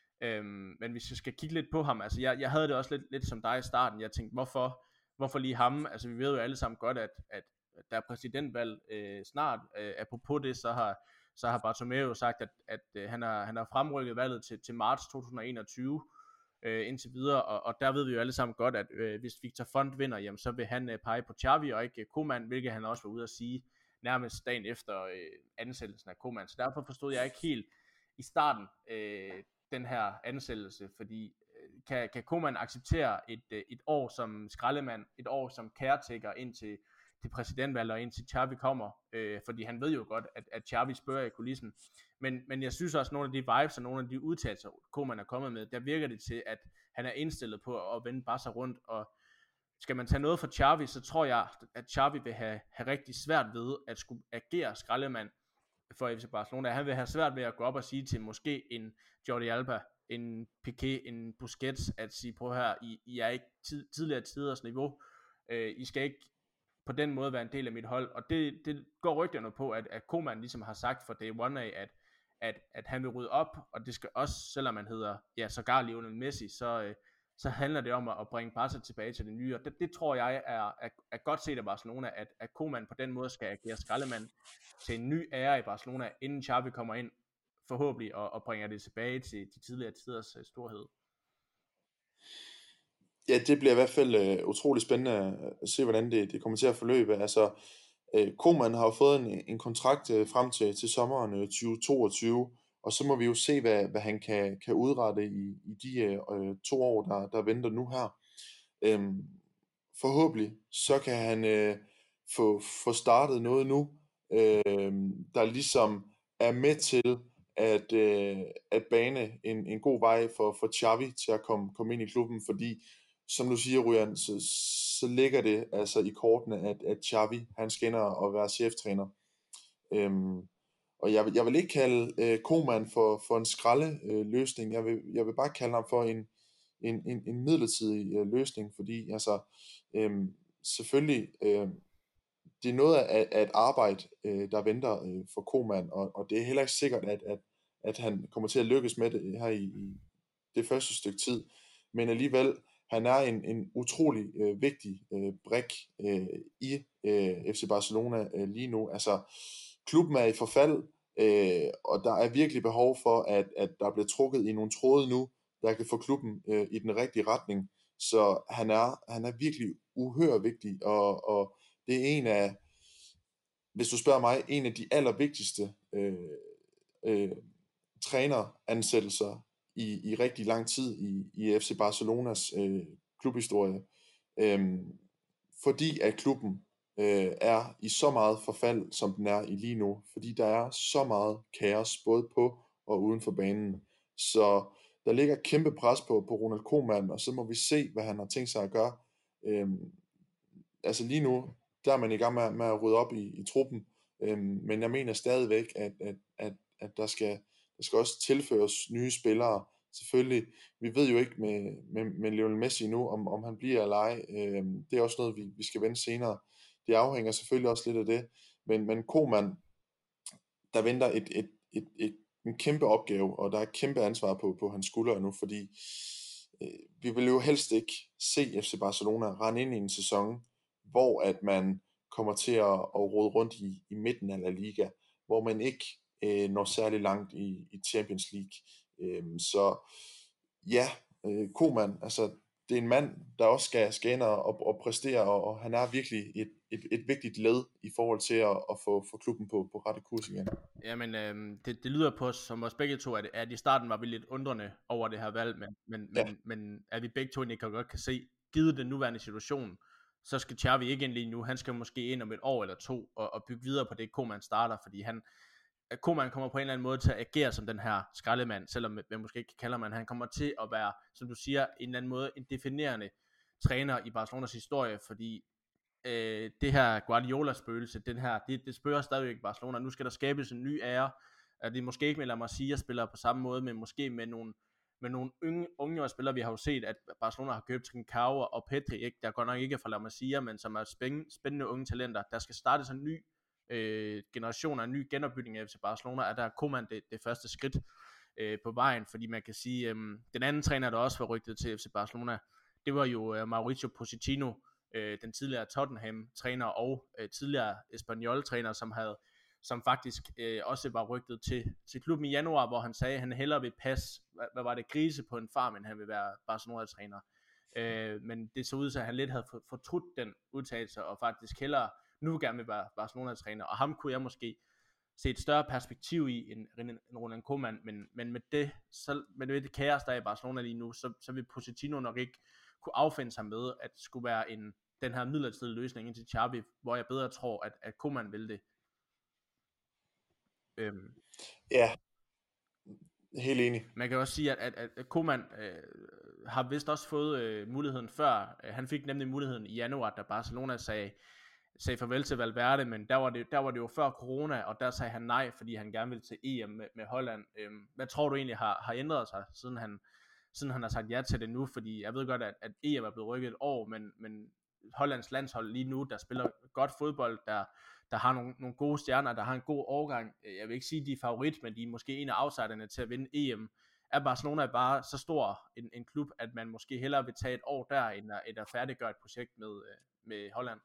Men hvis vi skal kigge lidt på ham, altså jeg havde det også lidt som dig i starten. Jeg tænkte, hvorfor lige ham? Altså vi ved jo alle sammen godt, at der er præsidentvalg snart. Apropos det, så har Bartomeu sagt, at han har fremrykket valget til marts 2021 indtil videre, og der ved vi jo alle sammen godt, at hvis Victor Font vinder, jamen, så vil han pege på Xavi og ikke Koeman, hvilket han også var ude at sige nærmest dagen efter ansættelsen af Koeman. Så derfor forstod jeg ikke helt i starten den her ansættelse, fordi kan Koeman acceptere et år som skraldemand, et år som caretaker indtil præsidentvalget og indtil Xavi kommer, fordi han ved jo godt, at Xavi spørger i kulissen, men jeg synes også, at nogle af de vibes og nogle af de udtalelser, Koeman er kommet med, der virker det til, at han er indstillet på at vende Barca rundt, og skal man tage noget fra Xavi, så tror jeg, at Xavi vil have rigtig svært ved at skulle agere skraldemand for FC Barcelona. Han vil have svært ved at gå op og sige til måske en Jordi Alba, en Piqué, en Busquets, at sige, prøv her, I er ikke tidligere tiders niveau, I skal ikke på den måde være en del af mit hold, og det går rygterne på, at Koeman ligesom har sagt for day one af, at han vil rydde op, og det skal også, selvom man hedder, ja, sågar Lionel Messi, så handler det om at bringe Barca tilbage til det nye, og det tror jeg er godt set af Barcelona, at Koeman på den måde skal agere skraldemand til en ny ære i Barcelona, inden Xavi kommer ind, forhåbentlig, og bringer det tilbage til de tidligere tiders storhed. Ja, det bliver i hvert fald utrolig spændende at se, hvordan det kommer til at forløbe. Altså, Koeman har jo fået en kontrakt frem til sommeren 2022, og så må vi jo se, hvad han kan udrette i de 2 år, der venter nu her. Forhåbentlig, så kan han få startet noget nu, der ligesom er med til at bane en god vej for Xavi til at komme ind i klubben, fordi som du siger, Ryan, så ligger det altså i kortene, at Xavi, han skal ind og være cheftræner. Og jeg vil ikke kalde Koeman for en skralde løsning. Jeg vil bare kalde ham for en midlertidig løsning, fordi altså, selvfølgelig, det er noget af et arbejde, der venter for Koeman, og det er heller ikke sikkert, at han kommer til at lykkes med det her i det første stykke tid. Men alligevel, han er en utrolig vigtig brik i FC Barcelona lige nu. Altså, klubben er i forfald, og der er virkelig behov for, at der bliver trukket i nogle tråde nu, der kan få klubben i den rigtige retning. Så han er virkelig uhør vigtig, og det er en af, hvis du spørger mig, en af de allervigtigste træneransættelser i rigtig lang tid i FC Barcelonas klubhistorie. Fordi at klubben er i så meget forfald, som den er i lige nu. Fordi der er så meget kaos, både på og uden for banen. Så der ligger kæmpe pres på Ronald Koeman, og så må vi se, hvad han har tænkt sig at gøre. Altså lige nu, der er man i gang med at rydde op i truppen. Men jeg mener stadigvæk, at der skal også tilføres nye spillere. Selvfølgelig, vi ved jo ikke med Lionel Messi nu, om han bliver eller ej. Det er også noget, vi skal vente senere. Det afhænger selvfølgelig også lidt af det. Men Koeman, der venter en kæmpe opgave, og der er et kæmpe ansvar på hans skuldre nu, fordi vi vil jo helst ikke se FC Barcelona rende ind i en sæson, hvor at man kommer til at rode rundt i midten af La Liga, hvor man ikke når særlig langt i Champions League. Så ja, Koeman, altså det er en mand, der også skal ind og præstere, og han er virkelig et vigtigt led i forhold til at få klubben på rette kurs igen. Jamen, det lyder på os som os begge to, at i starten var vi lidt undrende over det her valg, men at vi begge to egentlig godt kan se, givet den nuværende situation, så skal Xavi ikke ind lige nu. Han skal måske ind om et år eller to og bygge videre på det, Koeman starter, fordi Koeman kommer på en eller anden måde til at agere som den her skraldemand, selvom man måske ikke kalder man, han kommer til at være, som du siger, en eller anden måde en definerende træner i Barcelonas historie, fordi det her Guardiola-spøgelse, det spørger stadigvæk Barcelona. Nu skal der skabes en ny ære. Det er måske ikke med La Masia spiller på samme måde, men måske med nogle unge spillere. Vi har jo set, at Barcelona har købt Trincao og Pedri, ikke? Der går nok ikke fra La Masia, men som er spændende unge talenter. Der skal startes en ny generation og en ny genopbygning af FC Barcelona, og der er Koeman det første skridt på vejen, fordi man kan sige, den anden træner, der også var rygtet til FC Barcelona, det var jo Mauricio Pochettino, den tidligere Tottenham-træner og tidligere Espanyol-træner, som faktisk også var rygtet til klubben i januar, hvor han sagde, at han hellere vil passe, hvad var det, grise på en farm, end han vil være Barcelona-træner. Men det så ud til, at han lidt havde fortrudt den udtalelse, og faktisk hellere nu gerne vil være Barcelona-træner, og ham kunne jeg måske se et større perspektiv i end Ronald Koeman, men med det kaos, der er i Barcelona lige nu, så vil Pochettino nok ikke kunne affinde sig med, at det skulle være den her midlertidige løsning ind til Xavi, hvor jeg bedre tror, at Koeman vil det. Ja, helt enig. Man kan også sige, at Koeman har vist også fået muligheden før. Han fik nemlig muligheden i januar, da Barcelona sagde farvel til Valverde, men der var det jo før corona, og der sagde han nej, fordi han gerne ville til EM med Holland. Hvad tror du egentlig har ændret sig, siden han har sagt ja til det nu? Fordi jeg ved godt, at EM er blevet rykket et år, men Hollands landshold lige nu, der spiller godt fodbold, der har nogle gode stjerner, der har en god årgang. Jeg vil ikke sige, de er favorit, men de er måske en af outsiderne til at vinde EM. Er Barcelona bare så stor en klub, at man måske hellere vil tage et år der, end at færdiggøre et projekt med Holland?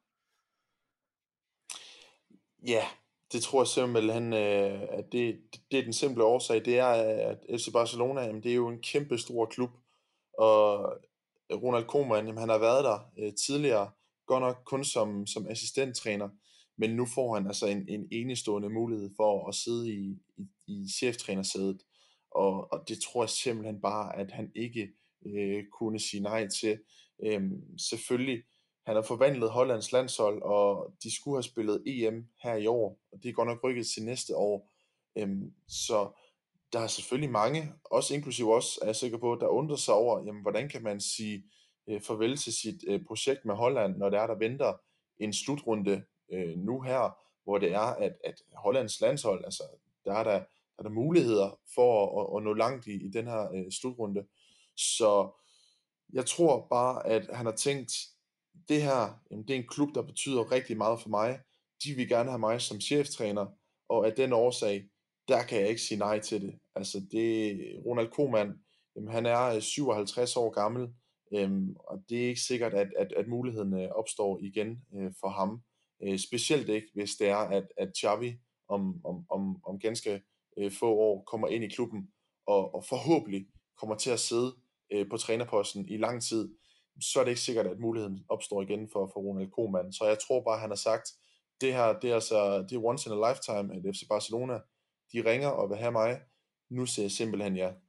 Ja, det tror jeg simpelthen, at det er den simple årsag. Det er, at FC Barcelona, jamen, det er jo en kæmpe stor klub, og Ronald Koeman, jamen, han har været der tidligere, godt nok kun som assistenttræner, men nu får han altså en enestående mulighed for at sidde i cheftrænersædet, og det tror jeg simpelthen bare, at han ikke kunne sige nej til. Selvfølgelig, han har forvandlet Hollands landshold, og de skulle have spillet EM her i år, og det er godt nok rykket til næste år. Så der er selvfølgelig mange, også inklusive os, er jeg sikker på, der undrer sig over, jamen, hvordan kan man sige farvel til sit projekt med Holland, når der venter en slutrunde nu her, hvor det er, at Hollands landshold, altså der er der muligheder for at nå langt i den her slutrunde. Så jeg tror bare, at han har tænkt, det her, jamen, det er en klub, der betyder rigtig meget for mig. De vil gerne have mig som cheftræner, og af den årsag, der kan jeg ikke sige nej til det. Altså Ronald Koeman, jamen, han er 57 år gammel, og det er ikke sikkert, at muligheden opstår igen for ham. Specielt ikke, hvis det er, at Xavi om ganske få år kommer ind i klubben, og forhåbentlig kommer til at sidde på trænerposten i lang tid, så er det ikke sikkert, at muligheden opstår igen for Ronald Koeman. Så jeg tror bare, han har sagt, det her, det er once in a lifetime, at FC Barcelona, de ringer og vil have mig. Nu siger jeg simpelthen ja.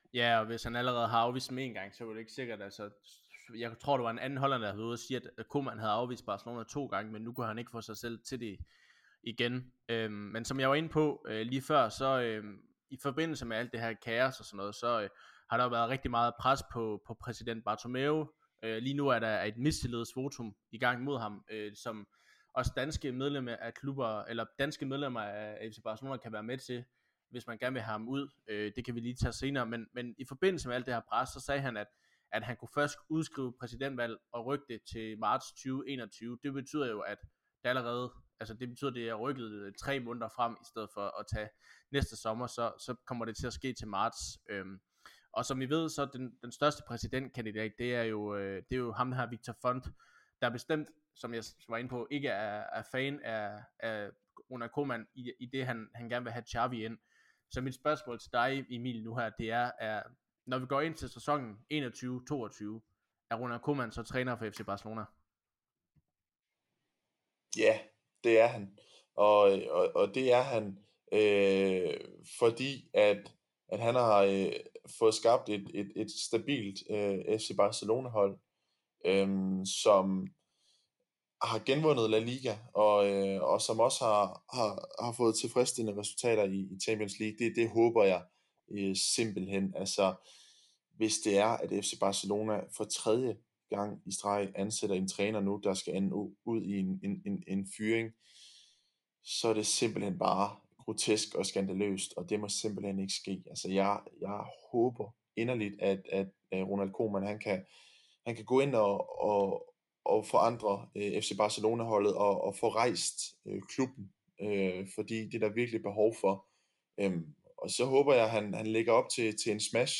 Ja, og hvis han allerede har afvist dem en gang, så er det ikke sikkert, altså, jeg tror, det var en anden hollænder, der havde ude og sige, at Koeman havde afvist Barcelona 2 gange, men nu kunne han ikke få sig selv til det igen. Men som jeg var inde på lige før, så i forbindelse med alt det her kaos og sådan noget, så har der jo været rigtig meget pres på præsident Bartomeu. Lige nu er der et mistillidsvotum i gang mod ham, som også danske medlemmer af klubber, eller danske medlemmer af FC Barcelona kan være med til, hvis man gerne vil have ham ud. Det kan vi lige tage senere, men i forbindelse med alt det her pres, så sagde han, at han kunne først udskrive præsidentvalg og rykke det til marts 2021. Det betyder jo, at det allerede, altså det betyder, at det er rykket 3 måneder frem, i stedet for at tage næste sommer, så kommer det til at ske til marts. Og som I ved, så den største præsidentkandidat, det er jo ham her, Victor Font, der bestemt, som jeg var inde på, ikke er fan af Ronald Koeman, i det han gerne vil have Xavi ind. Så mit spørgsmål til dig, Emil, nu her, det er når vi går ind til sæsonen 21-22, er Ronald Koeman så træner for FC Barcelona? Ja, det er han. Og det er han, fordi at han har fået skabt et stabilt FC Barcelona-hold, som har genvundet La Liga, og som også har fået tilfredsstillende resultater i Champions League. Det håber jeg simpelthen. Altså, hvis det er, at FC Barcelona for tredje gang i streg ansætter en træner nu, der skal ende ud i en fyring, så er det simpelthen bare grotesk og skandaløst, og det må simpelthen ikke ske. Altså, jeg håber inderligt, at Ronald Koeman, han kan gå ind og forandre FC Barcelona-holdet og få rejst klubben, fordi det er der virkelig behov for. Og så håber jeg, at han lægger op til en smash,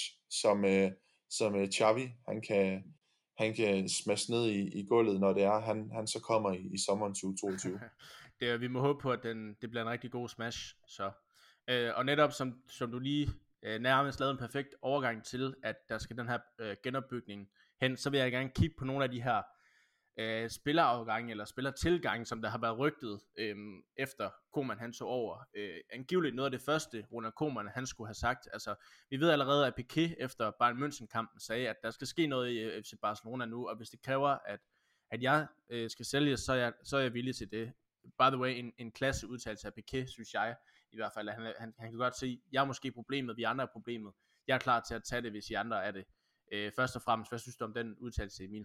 som Xavi, han kan smash ned i gulvet, når det er, han så kommer i sommeren 2022. Vi må håbe på, at det bliver en rigtig god smash. Så. Og netop som du lige nærmest lavede en perfekt overgang til, at der skal den her genopbygning hen, så vil jeg gerne kigge på nogle af de her spillerafgange eller spillertilgange, som der har været rygtet efter Koeman han tog over. Angiveligt noget af det første, Ronald Koeman han skulle have sagt. Altså, vi ved allerede, at Piqué efter Bayern München-kampen sagde, at der skal ske noget i FC Barcelona nu, og hvis det kræver, at jeg skal sælges, så er jeg villig til det. By the way, en klasse udtalelse af Piqué, synes jeg i hvert fald, at han kan godt se, jeg er måske problemet, vi andre er problemet. Jeg er klar til at tage det, hvis I andre er det. Først og fremmest, hvad synes du om den udtalelse, Emil?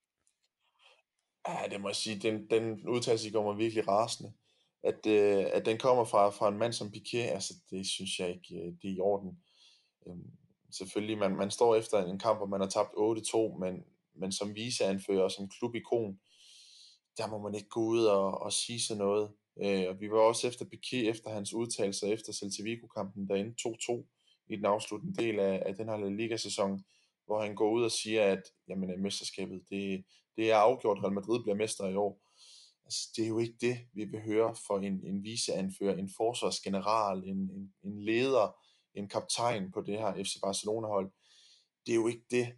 Ja, det må jeg sige, den udtalelse går mig virkelig rasende. At den kommer fra en mand som Piqué, altså det synes jeg ikke, det er i orden. Selvfølgelig, man står efter en kamp, hvor man har tabt 8-2, men som viceanfører og som klubikon, der må man ikke gå ud og sige sådan noget. Og vi var også efter Piqué, efter hans udtalelser efter Celta Vigo-kampen derinde 2-2 i den afsluttende del af den her La Liga-sæson, hvor han går ud og siger, at jamen, mesterskabet, det er afgjort, Real Madrid bliver mester i år. Altså, det er jo ikke det, vi vil høre for en viceanfører, en forsvarsgeneral, en leder, en kaptajn på det her FC Barcelona-hold. Det er jo ikke det,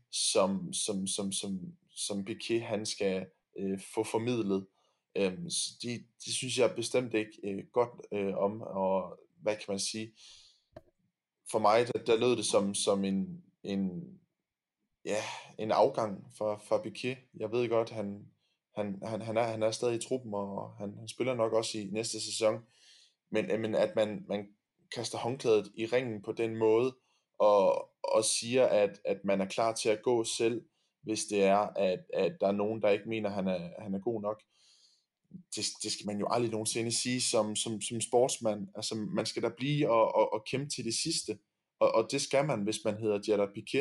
som Piqué han skal få formidlet. Det synes jeg bestemt ikke godt om, og hvad kan man sige? For mig, der lød det som en afgang fra Piqué. Jeg ved godt, han er stadig i truppen, og han spiller nok også i næste sæson. Men at man kaster håndklædet i ringen på den måde, og siger, at man er klar til at gå selv, hvis det er, at der er nogen, der ikke mener, han er god nok. Det skal man jo aldrig nogensinde sige som sportsmand. Altså, man skal da blive og kæmpe til det sidste. Og det skal man, hvis man hedder Gerard Piqué.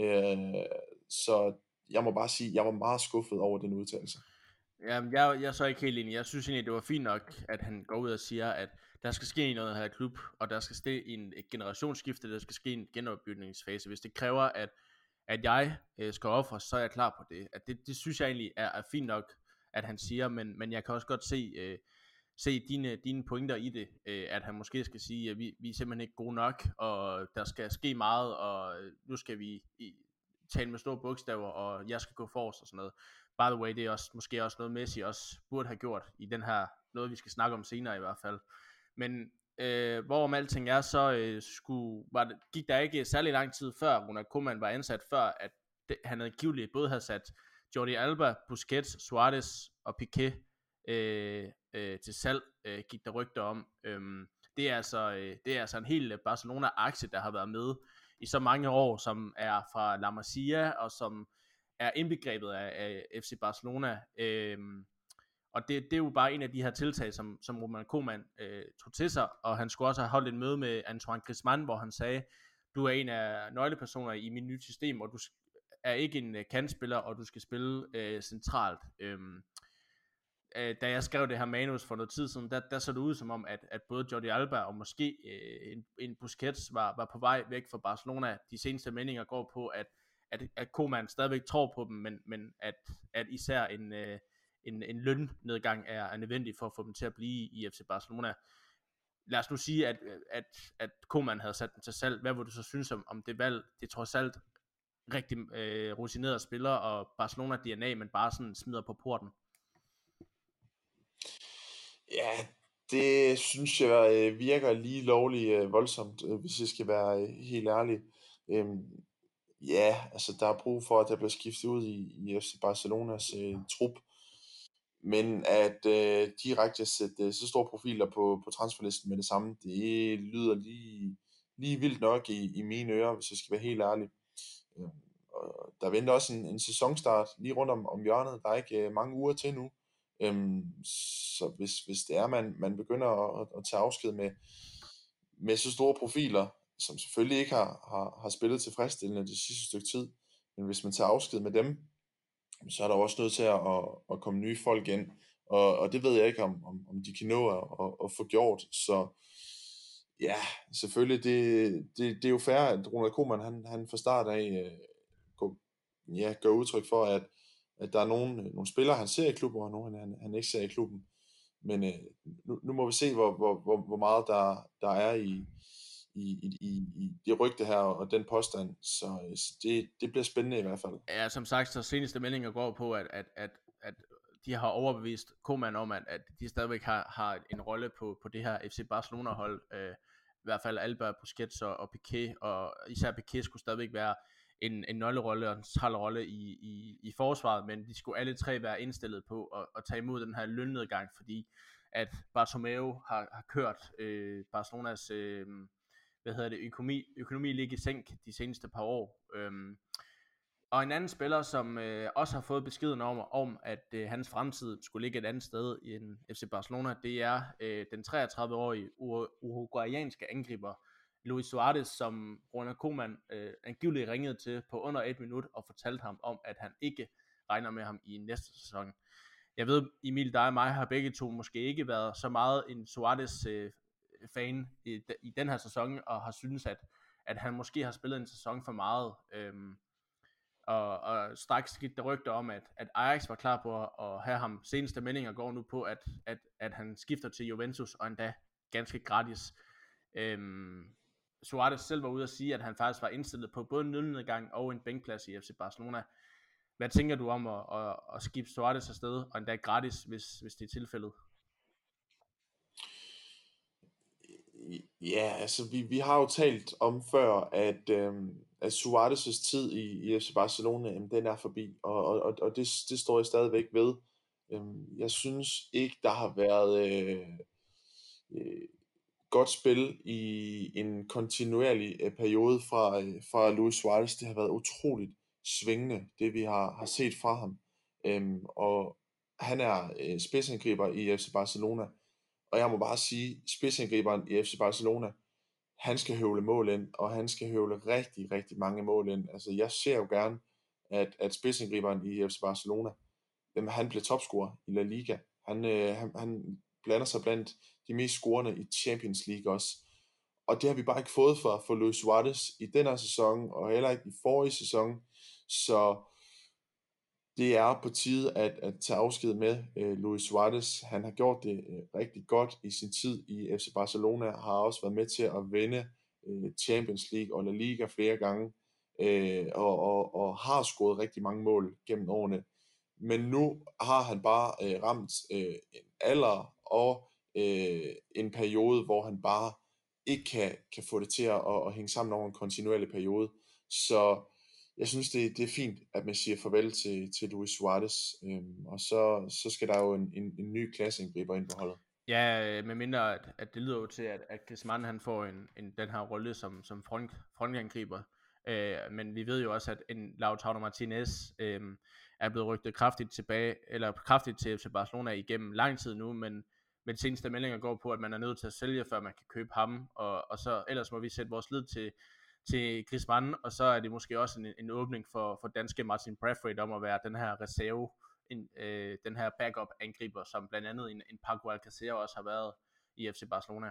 Så jeg må bare sige, jeg var meget skuffet over den udtalelse. Jamen, jeg er så ikke helt enig. Jeg synes egentlig, det var fint nok, at han går ud og siger, at der skal ske noget her klub, og der skal ske et generationsskifte, der skal ske en genopbygningsfase. Hvis det kræver, at jeg skal ofre, så er jeg klar på det. At det synes jeg egentlig er fint nok, at han siger, men jeg kan også godt se dine pointer i det, at han måske skal sige, at vi er simpelthen ikke gode nok, og der skal ske meget, og nu skal vi tale med store bogstaver, og jeg skal gå forrest og sådan noget. By the way, det er måske også noget Messi også burde have gjort i den her, noget vi skal snakke om senere i hvert fald. Men hvorom alting er, så gik der ikke særlig lang tid før Ronald Koeman var ansat, før at han angiveligt både havde sat Jordi Alba, Busquets, Suarez og Piqué til salg, gik der rygter om. Det er altså en hel Barcelona-aktie, der har været med i så mange år, som er fra La Masia, og som er indbegrebet af FC Barcelona. Og det er jo bare en af de her tiltag, som Ronald Koeman tog til sig, og han skulle også have holdt et møde med Antoine Griezmann, hvor han sagde, du er en af nøglepersoner i mit nye system, og du er ikke en kantspiller, og du skal spille centralt. Da jeg skrev det her manus for noget tid siden, der så det ud som om, at både Jordi Alba og måske en Busquets var på vej væk fra Barcelona. De seneste meldinger går på, at Koeman stadigvæk tror på dem, men at især en lønnedgang er nødvendig for at få dem til at blive i FC Barcelona. Lad os nu sige, at Koeman havde sat dem til salg. Hvad vil du så synes om det valg? Det er trods alt rigtig rutinerede spillere og Barcelona DNA, men bare sådan smider på porten. Ja, det synes jeg virker lige lovligt voldsomt, hvis jeg skal være helt ærlig. Ja, altså der er brug for, at der bliver skiftet ud i FC Barcelonas trup. Men at direkte sætte så store profiler på transferlisten med det samme, det lyder lige vildt nok i mine ører, hvis jeg skal være helt ærlig. Og der venter også en sæsonstart lige rundt om hjørnet. Der er ikke mange uger til nu. Så hvis det er, man begynder at tage afsked med så store profiler, som selvfølgelig ikke har spillet tilfredsstillende det sidste stykke tid, men hvis man tager afsked med dem, så er der også nødt til at komme nye folk ind, og det ved jeg ikke, om de kan nå at få gjort. Så ja, selvfølgelig, det er jo fair, at Ronald Koeman, han fra start af gør udtryk for, at der er nogle spillere, han ser i klubben, og nogle, han ikke ser i klubben. Men nu må vi se, hvor meget der er i det rygte her, og den påstand. Så det bliver spændende i hvert fald. Ja, som sagt, så seneste meldinger går på, at de har overbevist Koeman om, at de stadigvæk har en rolle på det her FC Barcelona-hold. I hvert fald Alba, Busquets og Piqué, og især Piqué skulle stadigvæk være en nøglerolle og en central rolle i forsvaret, men de skulle alle tre være indstillet på at tage imod den her lønnedgang, fordi at Bartomeu har kørt Barcelonas økonomi ligge i sænk de seneste par år. Og en anden spiller, som også har fået beskeden om at hans fremtid skulle ligge et andet sted i en FC Barcelona, det er den 33-årige uruguayanske angriber Luis Suarez, som Ronald Koeman angiveligt ringede til på under 1 minut og fortalte ham om, at han ikke regner med ham i næste sæson. Jeg ved, Emil, dig og mig har begge to måske ikke været så meget en Suarez-fan i den her sæson, og har syntes, at han måske har spillet en sæson for meget. Og straks gik der rygter om, at Ajax var klar på at have ham. Seneste meldinger går nu på, at han skifter til Juventus, og endda ganske gratis. Suarez selv var ude at sige, at han faktisk var indstillet på både en lønnedgang og en bænkplads i FC Barcelona. Hvad tænker du om at skifte Suarez afsted, og endda gratis, hvis det er tilfældet? Ja, altså vi har jo talt om før, at Suarez' tid i FC Barcelona, den er forbi, og det står jeg stadigvæk ved. Jeg synes ikke, der har været godt spil i en kontinuerlig periode fra Luis Suarez. Det har været utroligt svingende, det vi har set fra ham. Og han er spidsangriber i FC Barcelona, og jeg må bare sige, spidsangriberen i FC Barcelona, han skal høvle mål ind, og han skal høvle rigtig, rigtig mange mål ind. Altså jeg ser jo gerne, at spidsangriberen i FC Barcelona, han bliver topscorer i La Liga. Han blander sig blandt de mest scorende i Champions League også. Og det har vi bare ikke fået for Luis Suarez i den her sæson, og heller ikke i forrige sæson. Så det er på tide at tage afsked med Luis Suarez. Han har gjort det rigtig godt i sin tid i FC Barcelona, har også været med til at vinde Champions League og La Liga flere gange, og har scoret rigtig mange mål gennem årene. Men nu har han bare ramt en alder og en periode, hvor han bare ikke kan få det til at hænge sammen over en kontinuerlig periode. Så jeg synes, det er fint, at man siger farvel til Luis Suarez, og så skal der jo en ny klasseangriber ind på holdet. Ja, med mindre at det lyder jo til, at Griezmann han får den her rolle som frontangriber. Men vi ved jo også, at en Lautaro Martinez er blevet rygtet kraftigt til FC Barcelona igennem lang tid nu, men de seneste meldinger går på, at man er nødt til at sælge, før man kan købe ham, og så ellers må vi sætte vores lid til Griezmann, og så er det måske også en åbning for danske Martin Braithwaite om at være den her reserve, den her backup angriber, som blandt andet en Paco Alcacer også har været i FC Barcelona.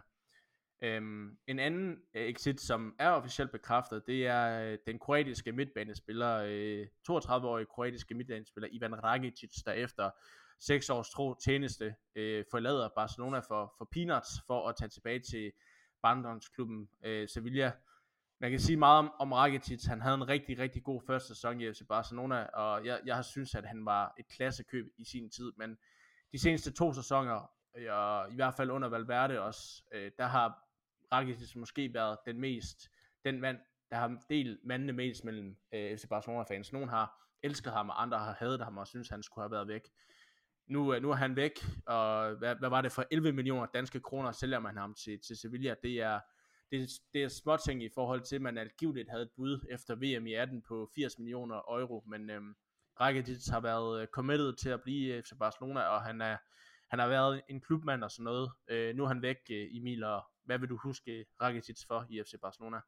En anden exit, som er officielt bekræftet, det er den kroatiske midtbanespiller, 32-årige kroatiske midtbanespiller Ivan Rakitic, der efter 6 års tro tjeneste forlader Barcelona for peanuts for at tage tilbage til barndomsklubben Sevilla. Man kan sige meget om Rakitic. Han havde en rigtig, rigtig god første sæson i FC Barcelona, og jeg har syntes, at han var et klassekøb i sin tid, men de seneste 2 sæsoner, i hvert fald under Valverde også, der har Rakitic måske været den mand, der har delt vandene mest mellem FC Barcelona-fans. Nogle har elsket ham, og andre har hadet ham og synes, han skulle have været væk. Nu er han væk, og hvad var det for 11 millioner danske kroner sælger man ham til Sevilla? Det er småting i forhold til, at man angiveligt havde et bud efter VM i 18 på 80 millioner euro, men Rakitic har været committed til at blive i FC Barcelona, og han har været en klubmand og sådan noget. Nu er han væk, Emil, og hvad vil du huske Rakitic for i FC Barcelona?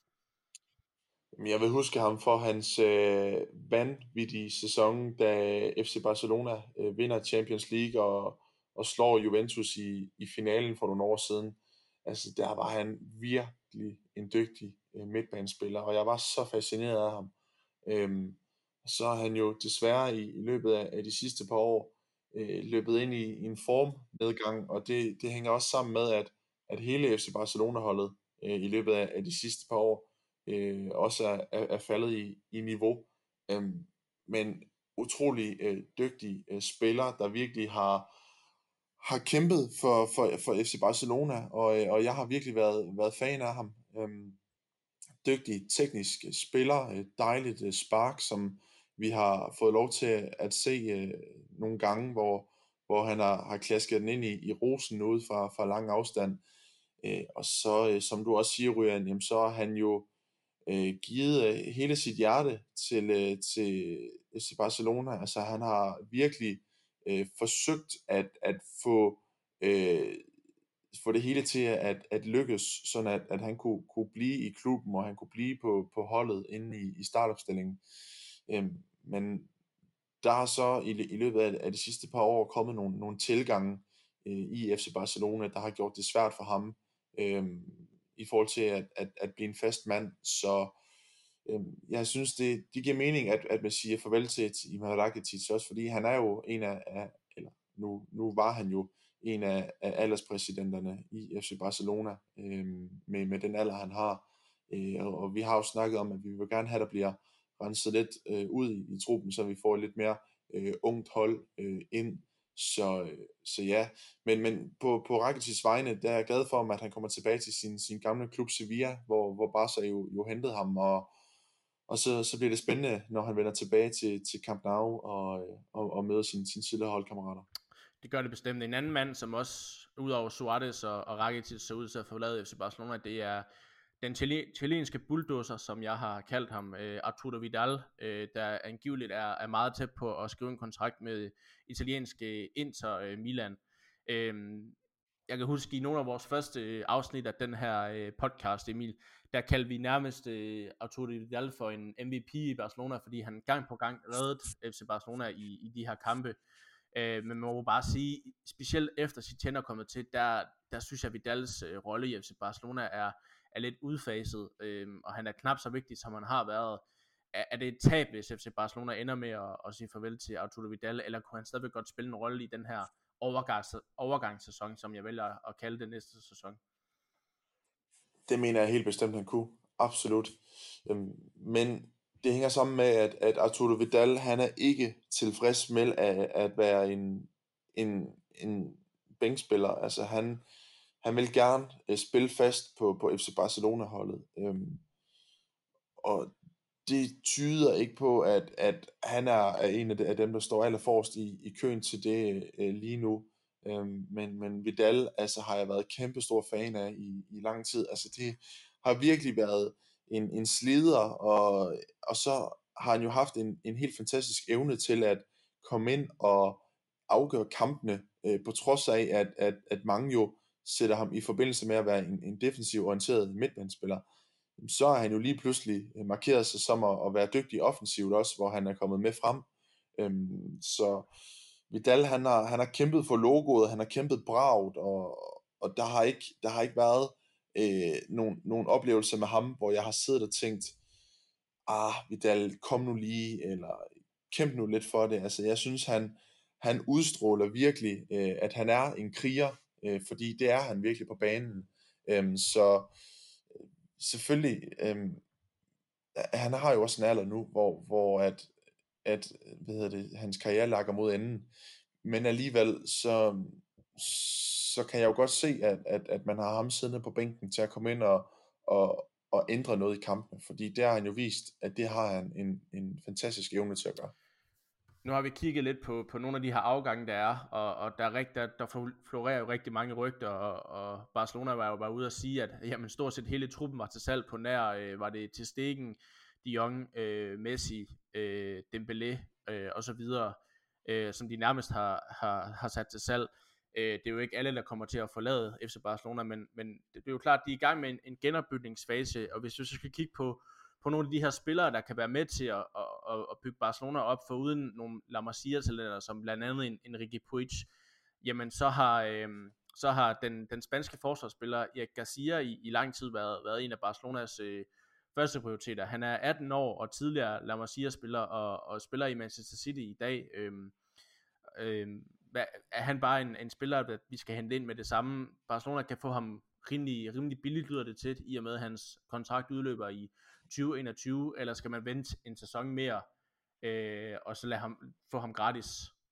Jeg vil huske ham for hans vanvittige sæson, da FC Barcelona vinder Champions League og slår Juventus i finalen for nogle år siden. Altså, der var han virkelig en dygtig midtbanespiller, og jeg var så fascineret af ham. Så er han jo desværre i løbet af de sidste par år løbet ind i en formnedgang, og det hænger også sammen med, at hele FC Barcelona-holdet i løbet af de sidste par år også er faldet i niveau. Men utrolig dygtig spiller, der virkelig har kæmpet for FC Barcelona, og jeg har virkelig været fan af ham. Dygtig teknisk spiller, dejligt spark, som vi har fået lov til at se nogle gange, hvor han har klasket den ind i rosen ude fra lang afstand. Og så, som du også siger, Ryan, jamen, så har han jo givet hele sit hjerte til FC Barcelona. Altså han har virkelig forsøgt at få det hele til at lykkes, sådan at han kunne blive i klubben, og han kunne blive på holdet inde i startopstillingen. Men der har så i løbet af de sidste par år kommet nogle tilgange i FC Barcelona, der har gjort det svært for ham i forhold til at blive en fast mand. Så jeg synes, det giver mening, at man siger farvel til Ivan Rakitic, også fordi han er jo en af eller nu var han jo en af alderspræsidenterne i FC Barcelona, med den alder, han har. Og vi har jo snakket om, at vi vil gerne have, der bliver renset lidt ud i truppen, så vi får lidt mere ungt hold ind. Så ja, men på Rakitics vegne, der er jeg glad for, at han kommer tilbage til sin gamle klub Sevilla, hvor Barca jo hentede ham, og så bliver det spændende, når han vender tilbage til Camp Nou og møder sine tidligere holdkammerater. Det gør det bestemt. En anden mand, som også, udover Suarez og Rakitic, ser ud til at forlade FC Barcelona, det er den chilenske bulldozer, som jeg har kaldt ham, Arturo Vidal, der angiveligt er meget tæt på at skrive en kontrakt med italienske Inter Milan. Jeg kan huske, i nogle af vores første afsnit af den her podcast, Emil, der kaldte vi nærmest Arturo Vidal for en MVP i Barcelona, fordi han gang på gang reddede FC Barcelona i de her kampe. Men man må bare sige, specielt efter Setien er kommet til, der synes jeg, at Vidals rolle i FC Barcelona er lidt udfaset, og han er knap så vigtig, som han har været. Er det et tab, hvis FC Barcelona ender med at sige farvel til Arturo Vidal, eller kunne han stadigvæk godt spille en rolle i den her overgangssæson, som jeg vælger at kalde det næste sæson? Det mener jeg helt bestemt, han kunne. Absolut. Men det hænger sammen med, at Arturo Vidal, han er ikke tilfreds med at være en bænkspiller. Altså han vil gerne spille fast på FC Barcelona-holdet. Og det tyder ikke på, at han er en af dem, der står allerforrest i køen til det lige nu. Men Vidal altså, har jeg været kæmpe stor fan af i lang tid. Altså, det har virkelig været en slider, og så har han jo haft en helt fantastisk evne til at komme ind og afgøre kampene, på trods af, at mange jo sætter ham i forbindelse med at være en defensiv orienteret midtbanespiller. Så har han jo lige pludselig markeret sig som at være dygtig offensivt også, hvor han er kommet med frem. Så Vidal, han har kæmpet for logoet, han har kæmpet bravt, og der har ikke været nogen oplevelser med ham, hvor jeg har siddet og tænkt, Vidal, kom nu lige, eller kæmp nu lidt for det. Altså, jeg synes, han udstråler virkelig, at han er en kriger, fordi det er han virkelig på banen. Så selvfølgelig, han har jo også en alder nu, hvor hans karriere lakker mod enden. Men alligevel, så kan jeg jo godt se, at man har ham siddende på bænken til at komme ind og ændre noget i kampen. Fordi der har han jo vist, at det har han en fantastisk evne til at gøre. Nu har vi kigget lidt på nogle af de her afgange, der er, og der florerer jo rigtig mange rygter, og Barcelona var jo bare ude at sige, at jamen, stort set hele truppen var til salg på nær, var det Ter Stegen, De Jong, Messi, Dembélé og så videre, som de nærmest har sat til salg. Det er jo ikke alle, der kommer til at forlade FC Barcelona, men det er jo klart, at de er i gang med en genopbygningsfase, og hvis vi så skal kigge på nogle af de her spillere, der kan være med til at bygge Barcelona op, for uden nogle La Masia-talenter, som blandt andet en Riqui Puig, jamen så har den spanske forsvarsspiller Eric Garcia i lang tid været en af Barcelonas første prioriteter. Han er 18 år og tidligere La Masia-spiller og spiller i Manchester City i dag. Er han bare en spiller, der vi skal hente ind med det samme? Barcelona kan få ham rimelig billigt, lyder det til, i og med at hans kontrakt udløber i 2021, eller skal man vente en sæson mere, og så få ham gratis?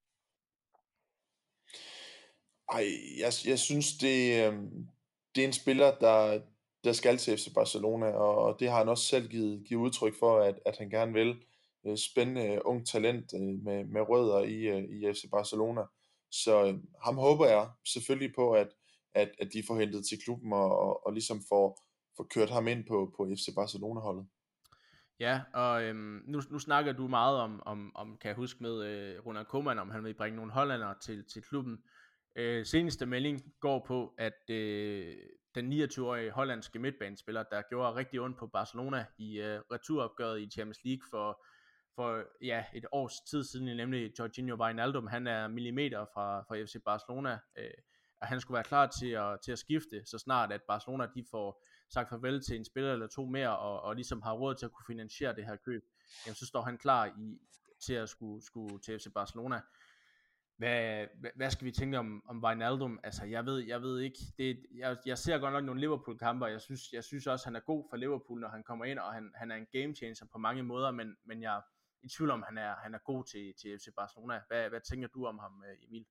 Jeg synes, det er en spiller, der skal til FC Barcelona, og det har han også selv givet udtryk for, at han gerne vil. Spændende ung talent med rødder i FC Barcelona. Så ham håber jeg selvfølgelig på, at de får hentet til klubben og ligesom får kørt ham ind på FC Barcelona-holdet. Ja, og nu snakker du meget om kan jeg huske med Ronald Koeman, om han vil bringe nogle hollandere til klubben. Seneste melding går på, at den 29-årige hollandske midtbanespiller, der gjorde rigtig ondt på Barcelona i returopgøret i Champions League for et års tid siden, nemlig Jorginho Wijnaldum, han er millimeter fra FC Barcelona, og han skulle være klar til at skifte, så snart at Barcelona de får sagt farvel til en spiller eller to mere, og ligesom har råd til at kunne finansiere det her køb, jamen, så står han klar til at skulle til FC Barcelona. Hvad skal vi tænke om Wijnaldum? Altså, jeg ved ikke. Jeg ser godt nok nogle Liverpool-kampe, og jeg synes også, han er god for Liverpool, når han kommer ind, og han er en game changer på mange måder, men jeg er i tvivl om, han er god til FC Barcelona. Hvad tænker du om ham, Emil?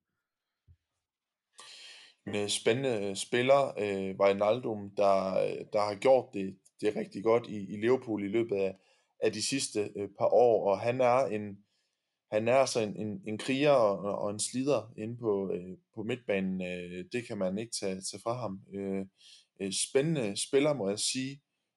En spændende spiller, Wijnaldum, der har gjort det rigtig godt i Liverpool i løbet af de sidste par år, og han er altså en kriger og en slider inde på midtbanen. Det kan man ikke tage fra ham. Spændende spiller, må jeg sige.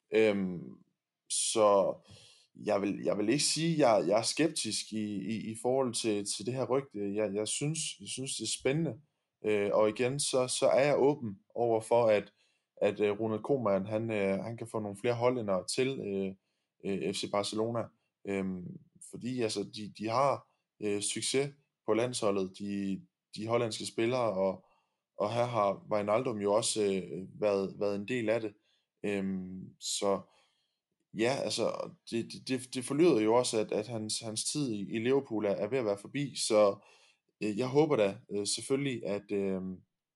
Så jeg vil ikke sige, at jeg er skeptisk i forhold til det her rygte. Jeg synes, det er spændende. Og igen, så er jeg åben over for, at Ronald Koeman, han kan få nogle flere hollændere til FC Barcelona. Fordi altså, de har succes på landsholdet, de hollandske spillere, og her har Wijnaldum jo også været en del af det. Så ja, altså, det forlyder jo også, at hans tid i Liverpool er ved at være forbi, så jeg håber da selvfølgelig,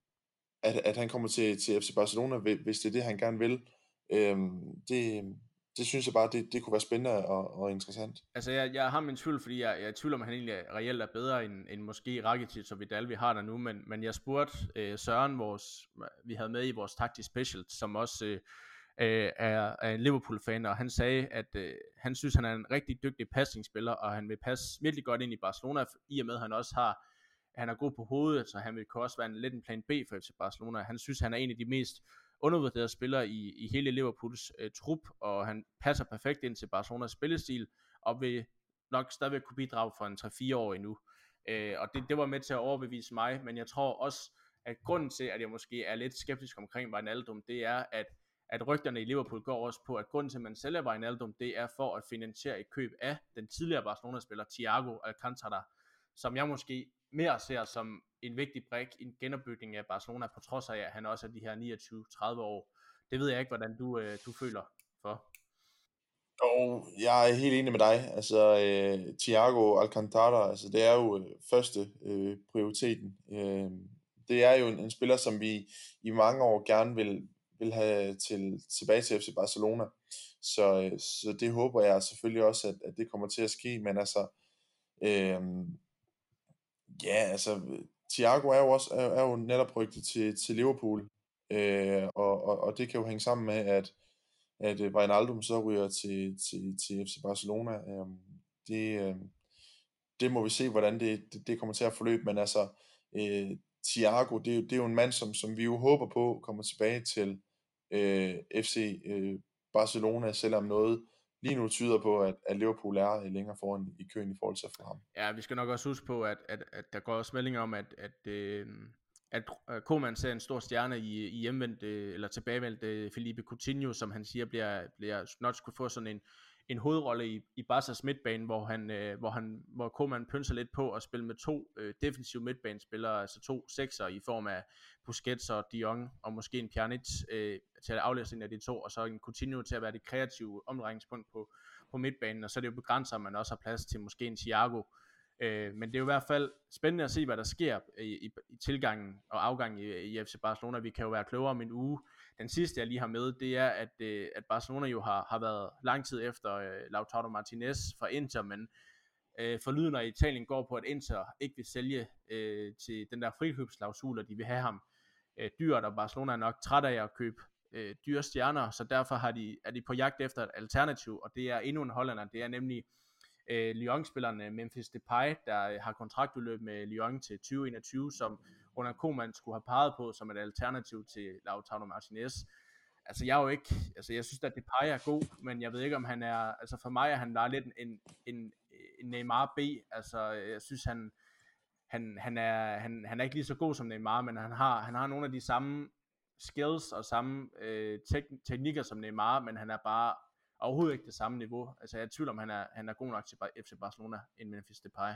at han kommer til FC Barcelona, hvis det er det, han gerne vil. Det det synes jeg bare, det kunne være spændende og interessant. Altså, jeg har min tvivl, fordi jeg er i tvivl om, han egentlig reelt er bedre end måske Rakitic og Vidal, vi har der nu, men jeg spurgte Søren, vi havde med i vores taktisk special, som også er en Liverpool-fan, og han sagde, at han synes, han er en rigtig dygtig passningsspiller, og han vil passe virkelig godt ind i Barcelona, i og med, at han er god på hovedet, så han vil kunne også være lidt en plan B for FC Barcelona. Han synes, han er en af de mest undervurderede spillere i hele Liverpools trup, og han passer perfekt ind til Barcelonas spillestil, og vil nok stadigvæk kunne bidrage for en 3-4 år endnu. Og det var med til at overbevise mig, men jeg tror også, at grunden til, at jeg måske er lidt skeptisk omkring Wijnaldum, det er, at rygterne i Liverpool går også på, at grunden til, at man sælger Wijnaldum, det er for at finansiere et køb af den tidligere Barcelona-spiller Thiago Alcantara, som jeg måske mere ser som en vigtig brik i en genopbygning af Barcelona, på trods af, at han også er de her 29-30 år. Det ved jeg ikke, hvordan du føler for. Og jeg er helt enig med dig. Altså, Thiago Alcantara, altså, det er jo første prioriteten. Det er jo en spiller, som vi i mange år gerne vil have tilbage til FC Barcelona. Så det håber jeg selvfølgelig også, at det kommer til at ske. Men altså, Thiago er jo netop rygtet til Liverpool. Og det kan jo hænge sammen med, at Wijnaldum så ryger til FC Barcelona. Det må vi se, hvordan det kommer til at forløbe, men altså, Thiago, det er jo en mand, som vi jo håber på kommer tilbage til FC Barcelona, selvom noget lige nu tyder på, at Liverpool er længere foran i køen i forhold til at få ham. Ja, vi skal nok også huske på, at der går også meldinger om, at Koeman ser en stor stjerne i hjemvendt eller tilbagevendt Felipe Coutinho, som han siger bliver nok skulle få sådan en hovedrolle i Barca's midtbane, hvor Koeman pynser lidt på at spille med to defensive midtbanespillere, altså 2 sekser i form af Busquets og De Jong, og måske en Pjanic til at aflæse en af de to, og så en Coutinho til at være det kreative omdrejningspunkt på midtbanen, og så er det jo begrænset, at man også har plads til måske en Thiago. Men det er jo i hvert fald spændende at se, hvad der sker i tilgangen og afgangen i FC Barcelona. Vi kan jo være klogere om en uge. Den sidste, jeg lige har med, det er, at Barcelona jo har været lang tid efter Lautaro Martinez fra Inter, men forlydende i Italien går på, at Inter ikke vil sælge til den der frikøbsklausul, og de vil have ham dyrt, og Barcelona er nok træt af at købe dyre stjerner, så derfor er de på jagt efter et alternativ, og det er endnu en hollander, det er nemlig Lyon-spilleren Memphis Depay, der har kontraktudløb med Lyon til 2021, som Ronald Koeman skulle have peget på som et alternativ til Lautaro Martinez. Altså jeg synes at Depay er god, men jeg ved ikke om han er, altså for mig er han bare lidt en Neymar B. Altså jeg synes han er ikke lige så god som Neymar, men han har nogle af de samme skills og samme teknikker som Neymar, men han er bare overhovedet ikke det samme niveau. Altså jeg er i tvivl om han er god nok til FC Barcelona end Memphis Depay.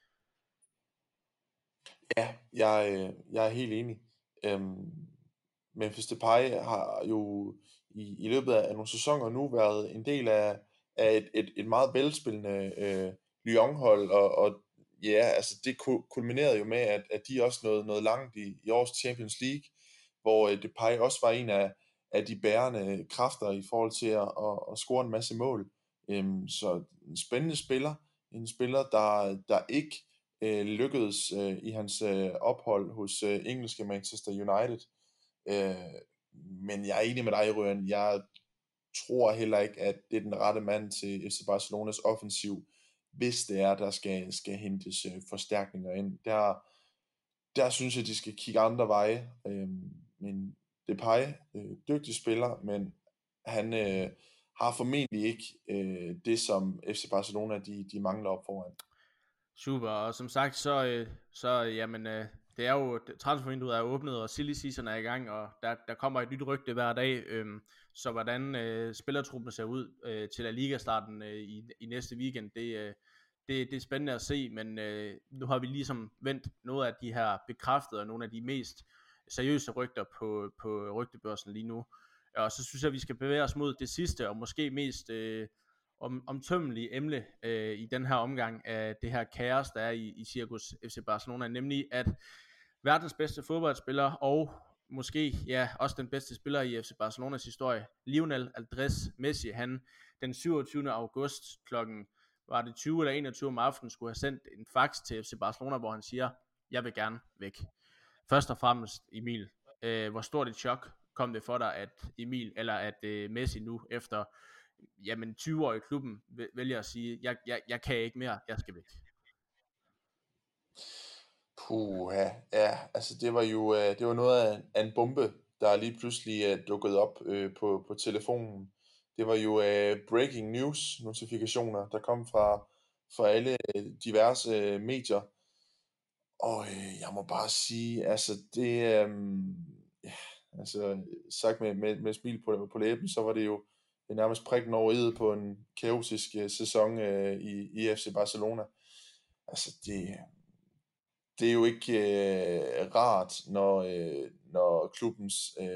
Ja, jeg er helt enig. Memphis Depay har jo i løbet af nogle sæsoner nu været en del af et meget velspillende Lyon-hold, og ja, altså det kulminerede jo med, at de også nåede langt i årets Champions League, hvor Depay også var en af de bærende kræfter i forhold til at score en masse mål. Så en spændende spiller, en spiller, der ikke lykkedes i hans ophold hos engelske Manchester United. Men jeg er enig med dig, Røen. Jeg tror heller ikke, at det er den rette mand til FC Barcelonas offensiv, hvis det er, der skal hentes forstærkninger ind. Der synes jeg, de skal kigge andre veje. Men Depay, dygtig spiller, men han har formentlig ikke det, som FC Barcelona de mangler op foran. Super, og som sagt, så jamen, det er jo, transfervinduet er åbnet, og silly season er i gang, og der kommer et nyt rygte hver dag, så hvordan spillertruppen ser ud til La Liga-starten i næste weekend, det er spændende at se, men nu har vi ligesom vendt noget af de her bekræftede, og nogle af de mest seriøse rygter på rygtebørsen lige nu, og så synes jeg, at vi skal bevæge os mod det sidste, og måske mest omtømmelige emne i den her omgang af det her kaos, der er i cirkus FC Barcelona, nemlig at verdens bedste fodboldspiller og måske også den bedste spiller i FC Barcelonas historie, Lionel Andrés Messi, han den 27. august klokken var det 20 eller 21 om aftenen skulle have sendt en fax til FC Barcelona, hvor han siger, jeg vil gerne væk. Først og fremmest, Emil, hvor stort et chok kom det for dig, at Messi nu efter 20 år i klubben vælger at sige, jeg kan ikke mere, jeg skal væk. Puha, ja, altså det var noget af en bombe, der lige pludselig dukkede op på telefonen. Det var jo breaking news notifikationer, der kom fra alle diverse medier. Og jeg må bare sige, altså det, ja, altså sagt med smil på læben, så var det jo nærmest prikken over i'et på en kaotisk sæson i FC Barcelona. Altså det er jo ikke rart, når klubbens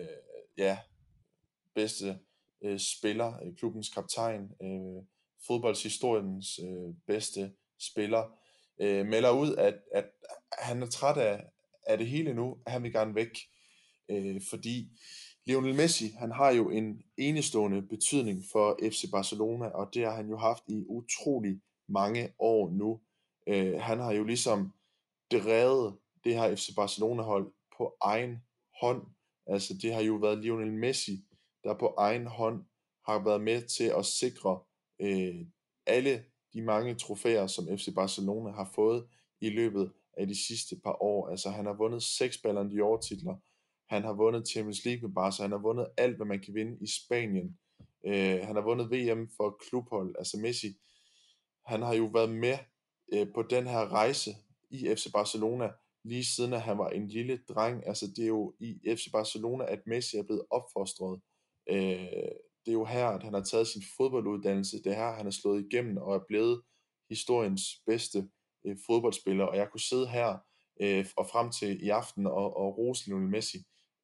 bedste spiller, klubbens kaptajn, fodboldshistoriens bedste spiller, melder ud, at han er træt af det hele nu, at han vil gerne væk. Fordi Lionel Messi, han har jo en enestående betydning for FC Barcelona, og det har han jo haft i utrolig mange år nu. Han har jo ligesom drevet det her FC Barcelona-hold på egen hånd. Altså det har jo været Lionel Messi, der på egen hånd har været med til at sikre alle de mange trofæer, som FC Barcelona har fået i løbet af de sidste par år. Altså han har vundet 6 Ballon d'Or titler, han har vundet Champions League med Barca, han har vundet alt, hvad man kan vinde i Spanien. Han har vundet VM for klubhold. Altså Messi, han har jo været med på den her rejse i FC Barcelona, lige siden at han var en lille dreng. Altså det er jo i FC Barcelona, at Messi er blevet opfostret. Det er jo her, at han har taget sin fodbolduddannelse. Det er her, han er slået igennem og er blevet historiens bedste fodboldspiller. Og jeg kunne sidde her og frem til i aften og rose Lionel Messi.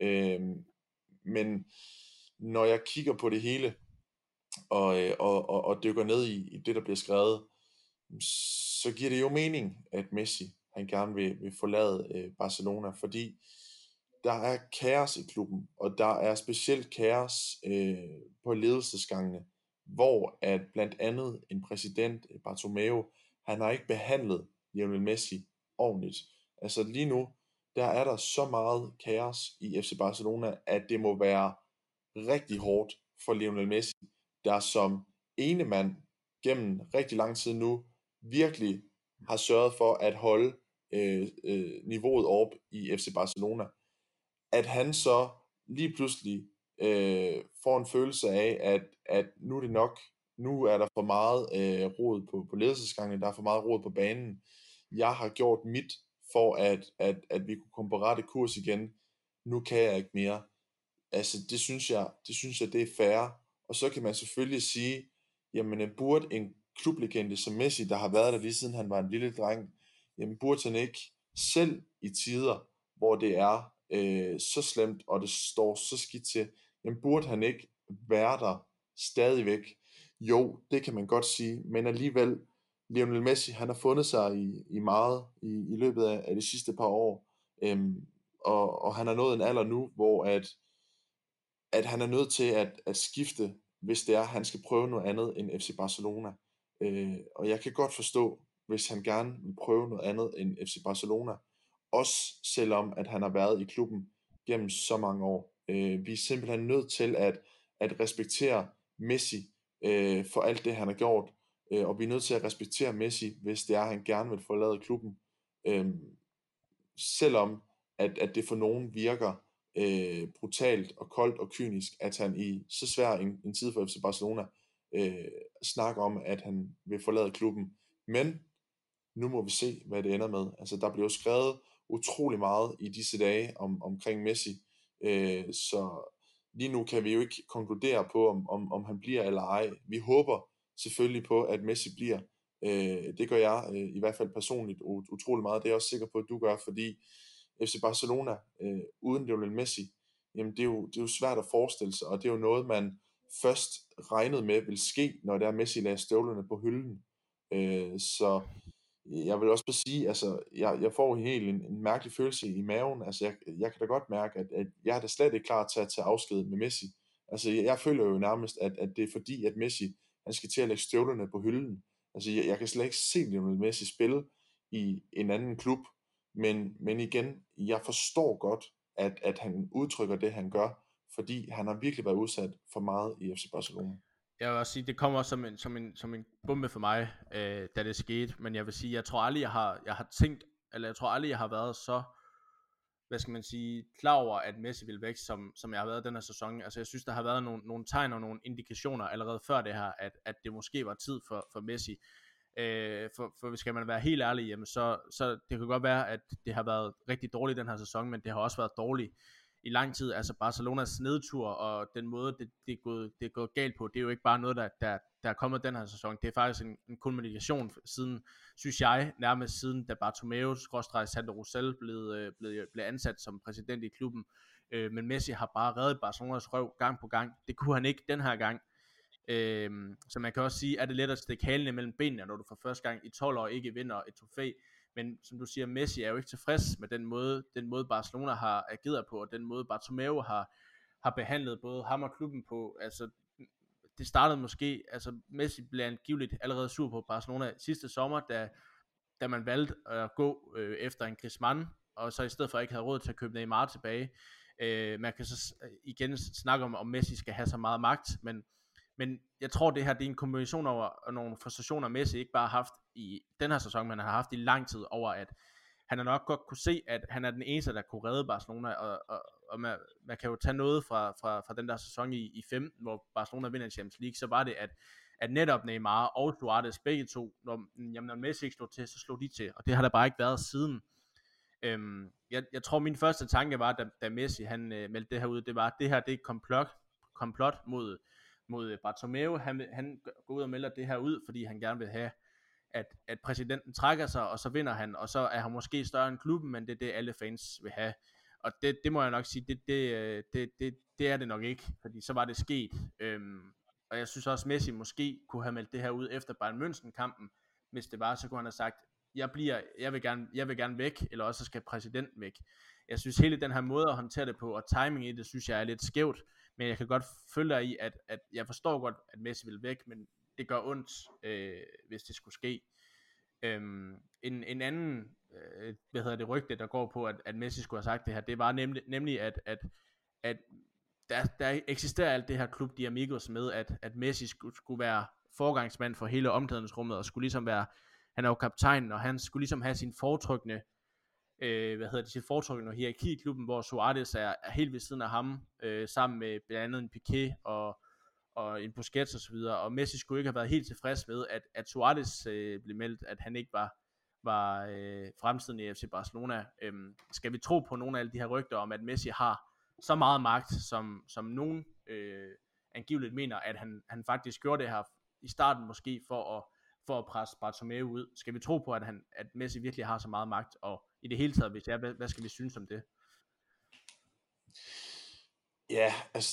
Men når jeg kigger på det hele og dykker ned i det, der bliver skrevet, så giver det jo mening, at Messi han gerne vil forlade Barcelona, fordi der er kaos i klubben, og der er specielt kaos på ledelsesgangene, hvor at blandt andet en præsident, Bartomeu, han har ikke behandlet Lionel Messi ordentligt. Altså lige nu, der er der så meget kaos i FC Barcelona, at det må være rigtig hårdt for Lionel Messi, der som ene mand gennem rigtig lang tid nu virkelig har sørget for at holde niveauet op i FC Barcelona, at han så lige pludselig får en følelse af, at nu er det nok, nu er der for meget rod på ledelsesgangen, der er for meget rod på banen. Jeg har gjort mit for, at vi kunne komme på rette kurs igen. Nu kan jeg ikke mere. Altså det synes jeg, det er fair. Og så kan man selvfølgelig sige, jamen burde en klublegende som Messi, der har været der lige siden han var en lille dreng, jamen burde han ikke selv i tider, hvor det er så slemt, og det står så skidt til, jamen burde han ikke være der stadigvæk? Jo, det kan man godt sige, men alligevel, Lionel Messi, han har fundet sig i meget i løbet af de sidste par år, og han har nået en alder nu, hvor at han er nødt til at skifte, hvis det er, at han skal prøve noget andet end FC Barcelona. Og jeg kan godt forstå, hvis han gerne vil prøve noget andet end FC Barcelona, også selvom at han har været i klubben gennem så mange år. Vi er simpelthen nødt til at respektere Messi for alt det, han har gjort, og vi er nødt til at respektere Messi, hvis det er, at han gerne vil forlade klubben. Selvom at det for nogen virker brutalt og koldt og kynisk, at han i så svær en tid for FC Barcelona snakker om, at han vil forlade klubben. Men nu må vi se, hvad det ender med. Altså, der bliver jo skrevet utrolig meget i disse dage omkring Messi, så lige nu kan vi jo ikke konkludere på, om han bliver eller ej. Vi håber selvfølgelig på, at Messi bliver. Det gør jeg i hvert fald personligt utrolig meget. Det er jeg også sikker på, at du gør, fordi FC Barcelona uden Lionel Messi, jamen det er jo svært at forestille sig, og det er jo noget, man først regnede med vil ske, når der Messi lagde støvlerne på hylden. Så jeg vil også bare sige, altså, jeg får helt en mærkelig følelse i maven. Altså, jeg kan da godt mærke, at jeg er da slet ikke klar til at tage afsked med Messi. Altså, jeg føler jo nærmest, at det er fordi, at Messi, han skal til at lægge støvlerne på hylden. Altså, jeg kan slet ikke se Lionel Messi spille i en anden klub, men igen, jeg forstår godt, at han udtrykker det, han gør, fordi han har virkelig været udsat for meget i FC Barcelona. Jeg vil også sige, det kommer også som en bombe for mig, da det skete. Men jeg vil sige, jeg tror aldrig, jeg har tænkt, eller jeg tror aldrig, jeg har været så, hvad skal man sige, klar over, at Messi vil væk, som jeg har været den her sæson. Altså jeg synes, der har været nogle tegn og nogle indikationer allerede før det her, at det måske var tid for Messi. For skal man være helt ærlig, jamen så det kan godt være, at det har været rigtig dårligt den her sæson, men det har også været dårligt i lang tid. Altså Barcelonas nedtur og den måde det er gået galt på, det er jo ikke bare noget der er kommet den her sæson. Det er faktisk en kommunikation siden, synes jeg, nærmest siden da Bartomeu/Sandro Rosell blev ansat som præsident i klubben. Men Messi har bare reddet Barcelonas røv gang på gang. Det kunne han ikke den her gang. Så man kan også sige, at det let at stikke halen mellem benene, når du for første gang i 12 år ikke vinder et trofæ. Men som du siger, Messi er jo ikke tilfreds med den måde Barcelona har ageret på, og den måde Bartomeu har behandlet både ham og klubben på. Altså, det startede måske, altså Messi blev angiveligt allerede sur på Barcelona sidste sommer, da man valgte at gå efter en Griezmann, og så i stedet for ikke havde råd til at købe Neymar tilbage. Man kan så igen snakke om Messi skal have så meget magt, men jeg tror, det her det er en kombination over nogle frustrationer, Messi ikke bare har haft i den her sæson, men han har haft i lang tid over, at han har nok godt kunne se, at han er den eneste, der kunne redde Barcelona, og man kan jo tage noget fra den der sæson i 15, hvor Barcelona vinder Champions League, så var det, at netop Neymar og Suarez, begge to, når Messi ikke slog til, så slog de til, og det har der bare ikke været siden. Jeg tror, min første tanke var, da Messi han meldte det her ud, det var, at det her det er et komplot mod Bartomeu. Han går ud og melder det her ud, fordi han gerne vil have, at præsidenten trækker sig, og så vinder han, og så er han måske større end klubben, men det er det, alle fans vil have. Og det må jeg nok sige, det er det nok ikke, fordi så var det sket. Og jeg synes også, Messi måske kunne have meldt det her ud efter Bayern München-kampen. Hvis det var, så kunne han have sagt, jeg vil gerne væk, eller også skal præsidenten væk. Jeg synes hele den her måde at håndtere det på, og timing i det, synes jeg er lidt skævt, men jeg kan godt følge dig i, at jeg forstår godt, at Messi vil væk, men det gør ondt, hvis det skulle ske. En anden rygte, der går på, at Messi skulle have sagt det her, det var nemlig at der eksisterer alt det her klub de amigos med, at Messi skulle være forgangsmand for hele omklædningsrummet, og skulle ligesom være, han er jo kaptajnen, og han skulle ligesom have sin foretrukne sit foretrukne hierarki i klubben, hvor Suarez er helt ved siden af ham, sammen med blandt andet en Piqué og en Busquets og så videre, og Messi skulle ikke have været helt tilfreds med, at Suarez blev meldt, at han ikke var fremtiden i FC Barcelona. Skal vi tro på nogle af alle de her rygter om, at Messi har så meget magt, som nogen angiveligt mener, at han faktisk gjorde det her i starten måske for at presse Bartomeu ud? Skal vi tro på, at Messi virkelig har så meget magt, og i det hele taget, hvis hvad skal vi synes om det? Ja, altså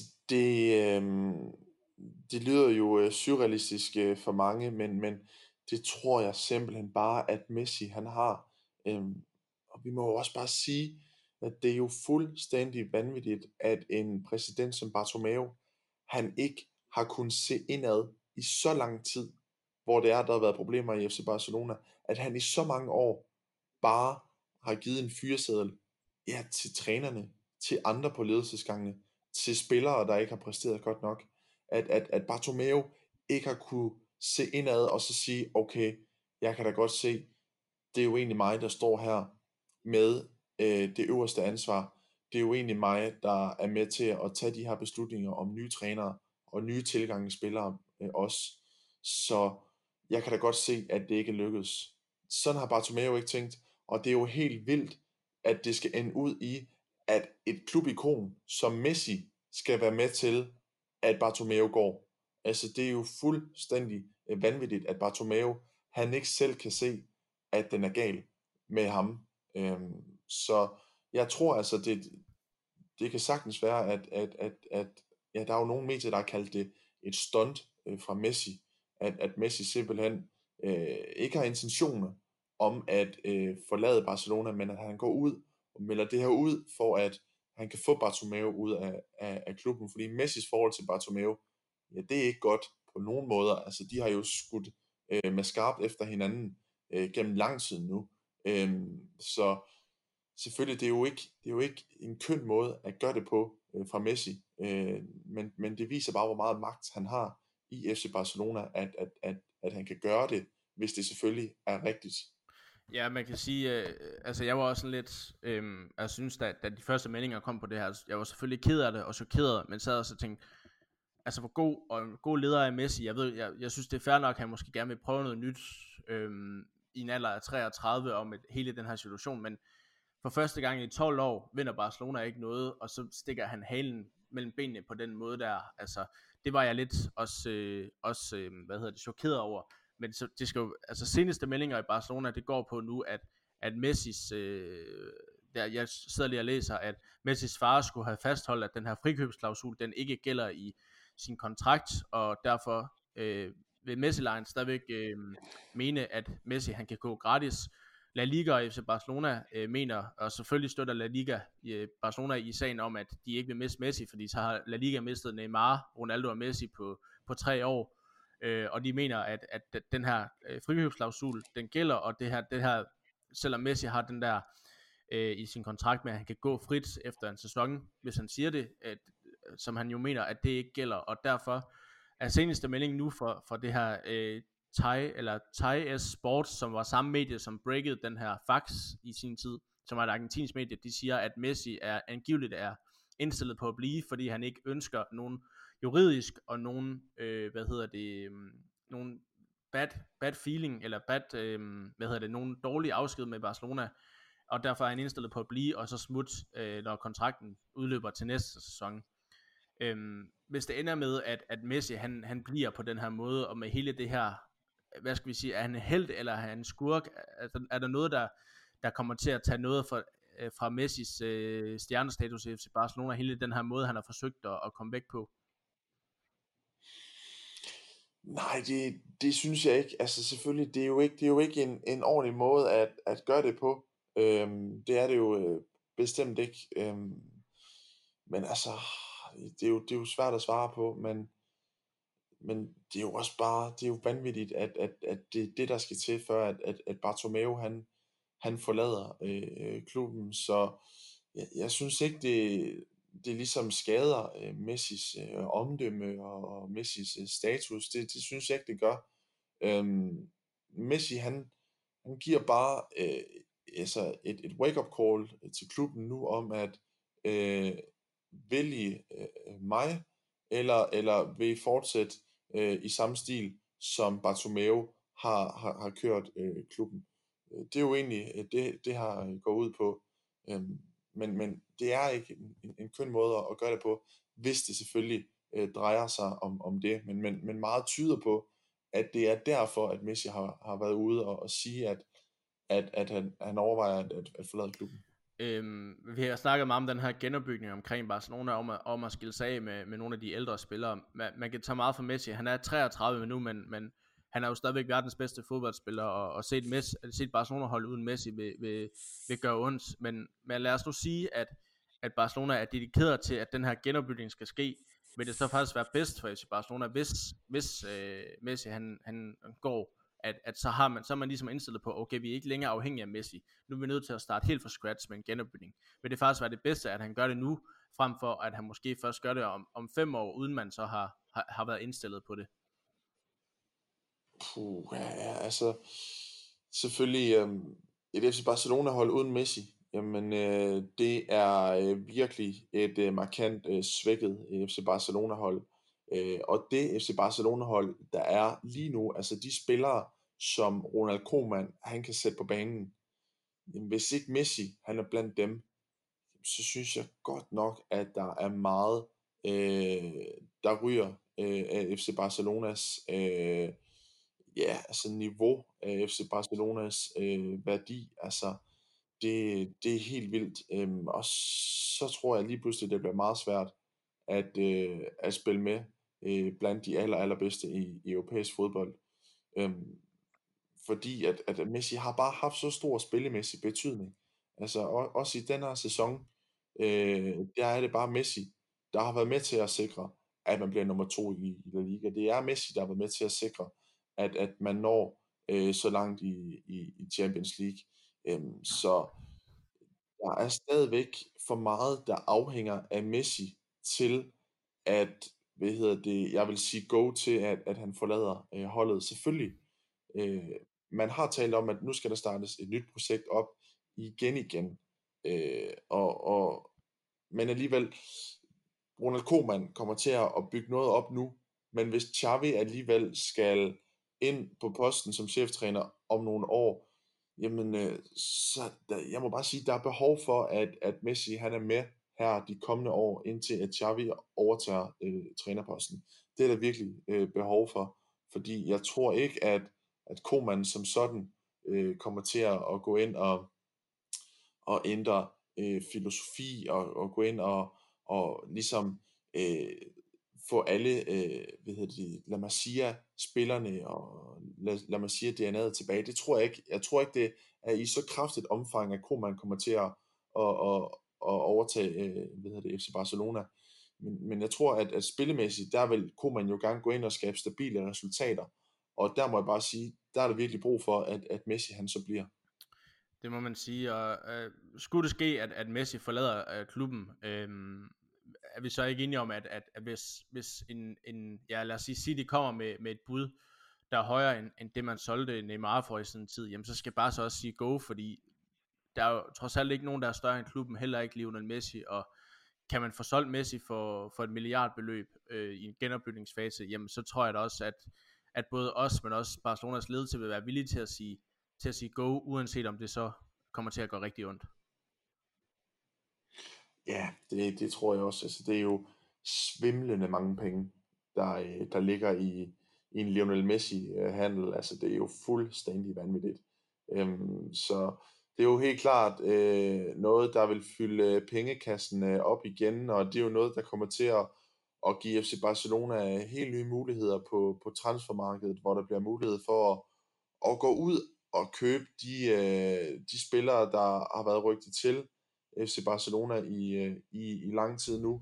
det lyder jo surrealistisk for mange, men det tror jeg simpelthen bare, at Messi han har. Og vi må jo også bare sige, at det er jo fuldstændig vanvittigt, at en præsident som Bartomeu, han ikke har kunnet se indad i så lang tid, hvor der har været problemer i FC Barcelona, at han i så mange år bare har givet en fyreseddel, ja, til trænerne, til andre på ledelsesgangene, til spillere, der ikke har præsteret godt nok, at Bartomeu ikke har kunne se indad og så sige, okay, jeg kan da godt se, det er jo egentlig mig, der står her med det øverste ansvar. Det er jo egentlig mig, der er med til at tage de her beslutninger om nye trænere og nye tilgange spillere også. Så jeg kan da godt se, at det ikke lykkedes. Sådan har Bartomeu ikke tænkt, og det er jo helt vildt, at det skal ende ud i, at et klubikon som Messi skal være med til, at Bartomeu går. Altså det er jo fuldstændig vanvittigt, at Bartomeu, han ikke selv kan se, at den er gal med ham. Så jeg tror altså, det kan sagtens være, at ja, der er jo nogle medier, der har kaldt det et stunt fra Messi, at Messi simpelthen ikke har intentioner om at forlade Barcelona, men at han går ud og melder det her ud, for at han kan få Bartomeu ud af klubben, fordi Messis forhold til Bartomeu, ja, det er ikke godt på nogen måder. Altså, de har jo skudt med skarpt efter hinanden gennem lang tid nu. Så selvfølgelig, det er jo ikke en køn måde at gøre det på fra Messi, men det viser bare, hvor meget magt han har i FC Barcelona, at han kan gøre det, hvis det selvfølgelig er rigtigt. Ja, man kan sige, altså jeg var også sådan lidt, jeg synes, da de første meldinger kom på det her, jeg var selvfølgelig ked af det og chokeret, men sad og så tænkte, altså hvor god og en god leder er Messi. Jeg synes det er fair nok, at han måske gerne vil prøve noget nyt i en alder af 33 om hele den her situation, men for første gang i 12 år vinder Barcelona ikke noget, og så stikker han halen mellem benene på den måde der. Altså, det var jeg lidt også chokeret over. Men så, det skal jo, altså seneste meldinger i Barcelona, det går på nu, at Messis, jeg sidder lige og læser, at Messis far skulle have fastholdt, at den her frikøbsklausul, den ikke gælder i sin kontrakt, og derfor vil Messi-lejen stadigvæk mene, at Messi han kan gå gratis. La Liga og FC Barcelona mener, og selvfølgelig støtter La Liga Barcelona i sagen om, at de ikke vil miste Messi, fordi så har La Liga mistet Neymar, Ronaldo og Messi på 3 år, og de mener, at den her frikøbsklausul, den gælder, og det her, selvom Messi har den der i sin kontrakt med, at han kan gå frit efter en sæson, hvis han siger det, som han jo mener, at det ikke gælder, og derfor er seneste melding nu for det her Thai Sports, som var samme medie, som breakede den her fax i sin tid, som er et argentinsk medie, de siger, at Messi angiveligt er indstillet på at blive, fordi han ikke ønsker nogen juridisk og nogen, nogen bad feeling, eller nogen dårlig afsked med Barcelona, og derfor er han indstillet på at blive, og så smut, når kontrakten udløber til næste sæson. Hvis det ender med, at Messi han bliver på den her måde, og med hele det her, hvad skal vi sige, er han en helt, eller er han en skurk? Er der noget, der kommer til at tage noget fra Messis stjernestatus i FC Barcelona, hele den her måde, han har forsøgt at komme væk på? Nej, det synes jeg ikke. Altså selvfølgelig, det er jo ikke en ordentlig måde at gøre det på. Det er det jo bestemt ikke. Men altså, det er jo svært at svare på, men det er jo også bare, det er jo vanvittigt, at det er det, der skal til, før at Bartomeu, han forlader klubben. Så jeg synes ikke, det ligesom skader Messis omdømme og Messis status. Det synes jeg ikke, det gør. Messi, han giver bare altså et wake-up call til klubben nu om, at vil I mig, eller vil I fortsætte i samme stil, som Bartomeu har kørt klubben. Det er jo egentlig det har gået ud på. Men det er ikke en køn måde at gøre det på, hvis det selvfølgelig drejer sig om det. Men meget tyder på, at det er derfor, at Messi har været ude og sige, at han overvejer at forlade klubben. Vi har snakket meget om den her genopbygning omkring Barcelona, om at skille sig af med nogle af de ældre spillere. Man kan tage meget for Messi. Han er 33 nu, men han er jo stadigvæk verdens bedste fodboldspiller, og set Barcelona holde uden Messi vil gøre ondt. Men lad os nu sige, at Barcelona er dedikeret til, at den her genopbygning skal ske. Vil det så faktisk være bedst for FC Barcelona, hvis Messi han går, at så er man ligesom indstillet på, okay, vi er ikke længere afhængige af Messi. Nu er vi nødt til at starte helt fra scratch med en genopbygning. Vil det faktisk være det bedste, at han gør det nu, frem for at han måske først gør det om 5 år, uden man så har været indstillet på det? Ja, altså selvfølgelig et FC Barcelona hold uden Messi, jamen det er virkelig et markant svækket FC Barcelona hold. Og det FC Barcelona hold, der er lige nu, altså de spillere, som Ronald Koeman, han kan sætte på banen, jamen, hvis ikke Messi, han er blandt dem, så synes jeg godt nok, at der er meget, der ryger af FC Barcelonas altså niveau af FC Barcelonas værdi. Altså det er helt vildt. Og så tror jeg lige pludselig, det bliver meget svært at spille med blandt de allerbedste i europæisk fodbold. fordi at Messi har bare haft så stor spillemæssig betydning. Altså også i den her sæson, der er det bare Messi, der har været med til at sikre, at man bliver nummer 2 i La Liga. Det er Messi, der har været med til at sikre, at man når så langt i Champions League. Så der er stadigvæk for meget, der afhænger af Messi til at, jeg vil sige go til, at han forlader holdet. Selvfølgelig, øh, man har talt om, at nu skal der startes et nyt projekt op igen. Og men alligevel, Ronald Koeman kommer til at bygge noget op nu, men hvis Xavi alligevel skal ind på posten som cheftræner om nogle år, jamen, jeg må bare sige, der er behov for, at Messi han er med her de kommende år, indtil at Xavi overtager trænerposten. Det er der virkelig behov for, fordi jeg tror ikke, at Koeman som sådan kommer til at gå ind og ændre filosofi og gå ind og ligesom få alle, La Masia-spillerne og La Masia-DNA'et tilbage. Det tror jeg ikke. Jeg tror ikke, det er i så kraftigt omfang, at Koeman kommer til at overtage FC Barcelona. Men jeg tror, at spillemæssigt, der vil Koeman jo gerne gå ind og skabe stabile resultater. Og der må jeg bare sige, der er der virkelig brug for, at Messi han så bliver. Det må man sige, og skulle det ske, at Messi forlader klubben, er vi så ikke enige om, at hvis lad os sige, City kommer med et bud, der er højere end det, man solgte Neymar for i sin tid, jamen så skal bare så også sige go, fordi der er jo trods alt ikke nogen, der er større end klubben, heller ikke Lionel Messi, og kan man få solgt Messi for et milliardbeløb i en genopbygningsfase, jamen så tror jeg da også, at både os, men også Barcelonas ledelse vil være villige til at sige go, uanset om det så kommer til at gå rigtig ondt. Ja, det tror jeg også. Altså, det er jo svimlende mange penge, der ligger i en Lionel Messi-handel. Altså, det er jo fuldstændig vanvittigt. Så det er jo helt klart noget, der vil fylde pengekassen op igen, og det er jo noget, der kommer til at give FC Barcelona helt nye muligheder på transfermarkedet, hvor der bliver mulighed for at gå ud og købe de spillere, der har været rygtet til FC Barcelona i lang tid nu.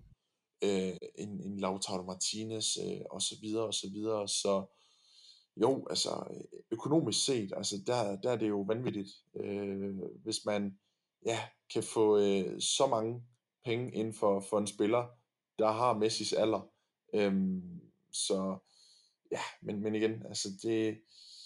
En Lautaro Martinez og så videre og så videre. Så jo, altså økonomisk set, altså der er det jo vanvittigt, hvis man kan få så mange penge ind for en spiller, der har Messis alder. Så ja, men igen, altså det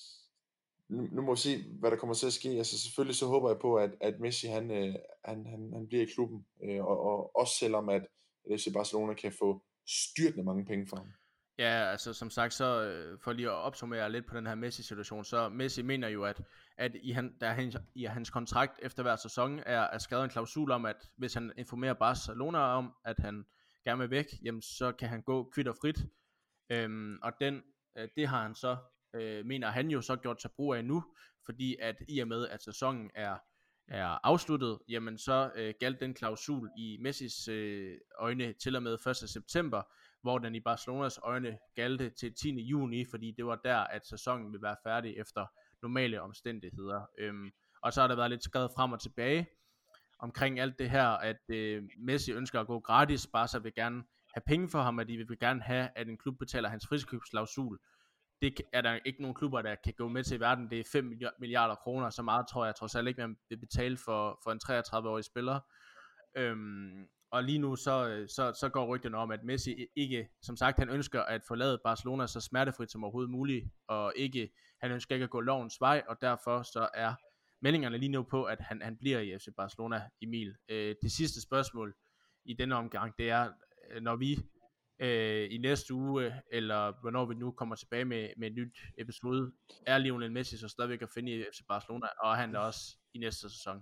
nu må vi se, hvad der kommer til at ske. Altså selvfølgelig så håber jeg på, at Messi han bliver i klubben, og også selvom at FC Barcelona kan få styrtende mange penge for ham. Ja, altså som sagt, så for lige at opsummere lidt på den her Messi-situation, så Messi mener jo, at i hans kontrakt efter hver sæson er skrevet en klausul om, at hvis han informerer Barcelona om, at han gerne vil væk, jamen så kan han gå kvit og frit. Og det har han så, mener han jo så gjort sig brug af nu, fordi at i og med, at sæsonen er afsluttet, jamen så galt den klausul i Messis øjne til og med 1. september, hvor den i Barcelonas øjne galte til 10. juni, fordi det var der, at sæsonen ville være færdig efter normale omstændigheder. Og så har der været lidt skrevet frem og tilbage omkring alt det her, at Messi ønsker at gå gratis, Barca vil gerne have penge for ham, at de vil gerne have, at en klub betaler hans friskøbsklausul. Det er der ikke nogen klubber, der kan gå med til i verden. Det er 5 milliarder kroner, så meget tror jeg trods alt ikke, man vil betale for en 33-årig spiller. Og lige nu så går rygterne om, at Messi ikke, som sagt, han ønsker at forlade Barcelona så smertefrit som overhovedet muligt, og han ønsker ikke at gå lovens vej, og derfor så er meldingerne lige nu på, at han bliver i FC Barcelona, Emil. Det sidste spørgsmål i denne omgang, det er, når vi i næste uge, eller hvornår vi nu kommer tilbage med et nyt episode, er Lionel Messi så stadigvæk at finde i FC Barcelona, og han er også i næste sæson?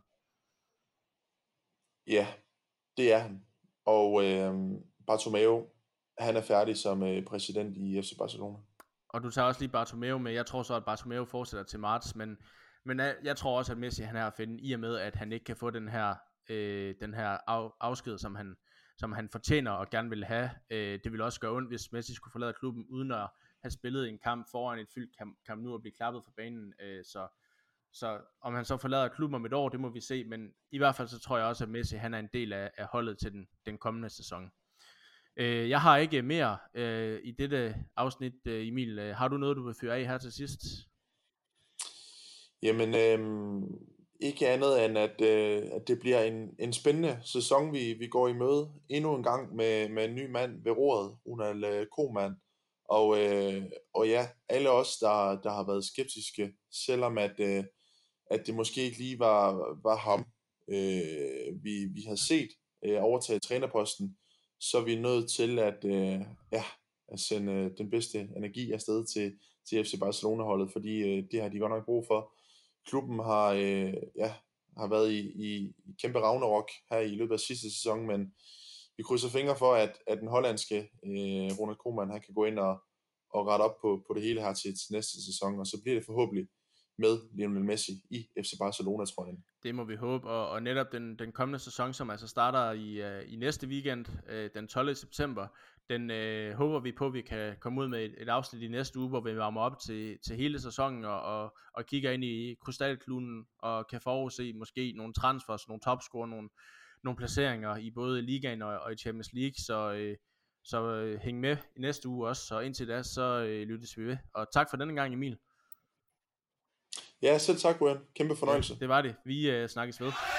Ja, det er han. Og Bartomeu, han er færdig som præsident i FC Barcelona. Og du tager også lige Bartomeu med. Jeg tror så, at Bartomeu fortsætter til marts, men jeg tror også, at Messi han er at finde, i og med, at han ikke kan få den her afsked, som han fortjener og gerne vil have. Det vil også gøre ondt, hvis Messi skulle forlade klubben uden at have spillet en kamp foran et fyldt kamp nu og blive klappet fra banen. Så om han så forlader klubben om et år, det må vi se, men i hvert fald så tror jeg også, at Messi han er en del af holdet til den kommende sæson. Jeg har ikke mere i dette afsnit, Emil. Har du noget, du vil fyre af her til sidst? Jamen, ikke andet end, at det bliver en spændende sæson, vi går i møde. Endnu en gang med en ny mand ved roret, Ronald Koeman. Og ja, alle os, der har været skeptiske, selvom at det måske ikke lige var ham, vi har set overtage trænerposten, så er vi nødt til at sende den bedste energi afsted til FC Barcelona-holdet, fordi det har de godt nok brug for. Klubben har været i kæmpe ragnarok her i løbet af sidste sæson, men vi krydser fingre for, at den hollandske Ronald Koeman, han kan gå ind og rette op på det hele her til næste sæson, og så bliver det forhåbentlig med Lionel Messi i FC Barcelona, tror jeg. Det må vi håbe, og netop den kommende sæson, som altså starter i næste weekend, den 12. september, den håber vi på, at vi kan komme ud med et afsnit i næste uge, hvor vi varmer op til hele sæsonen og kigger ind i krystalkuglen og kan forudse måske nogle transfers, nogle topscorer, nogle placeringer i både ligaen og i Champions League, så hæng med i næste uge også, og indtil da, så lyttes vi ved. Og tak for denne gang, Emil. Ja, selv tak, Brian. Kæmpe fornøjelse. Ja, det var det. Vi snakkes ved.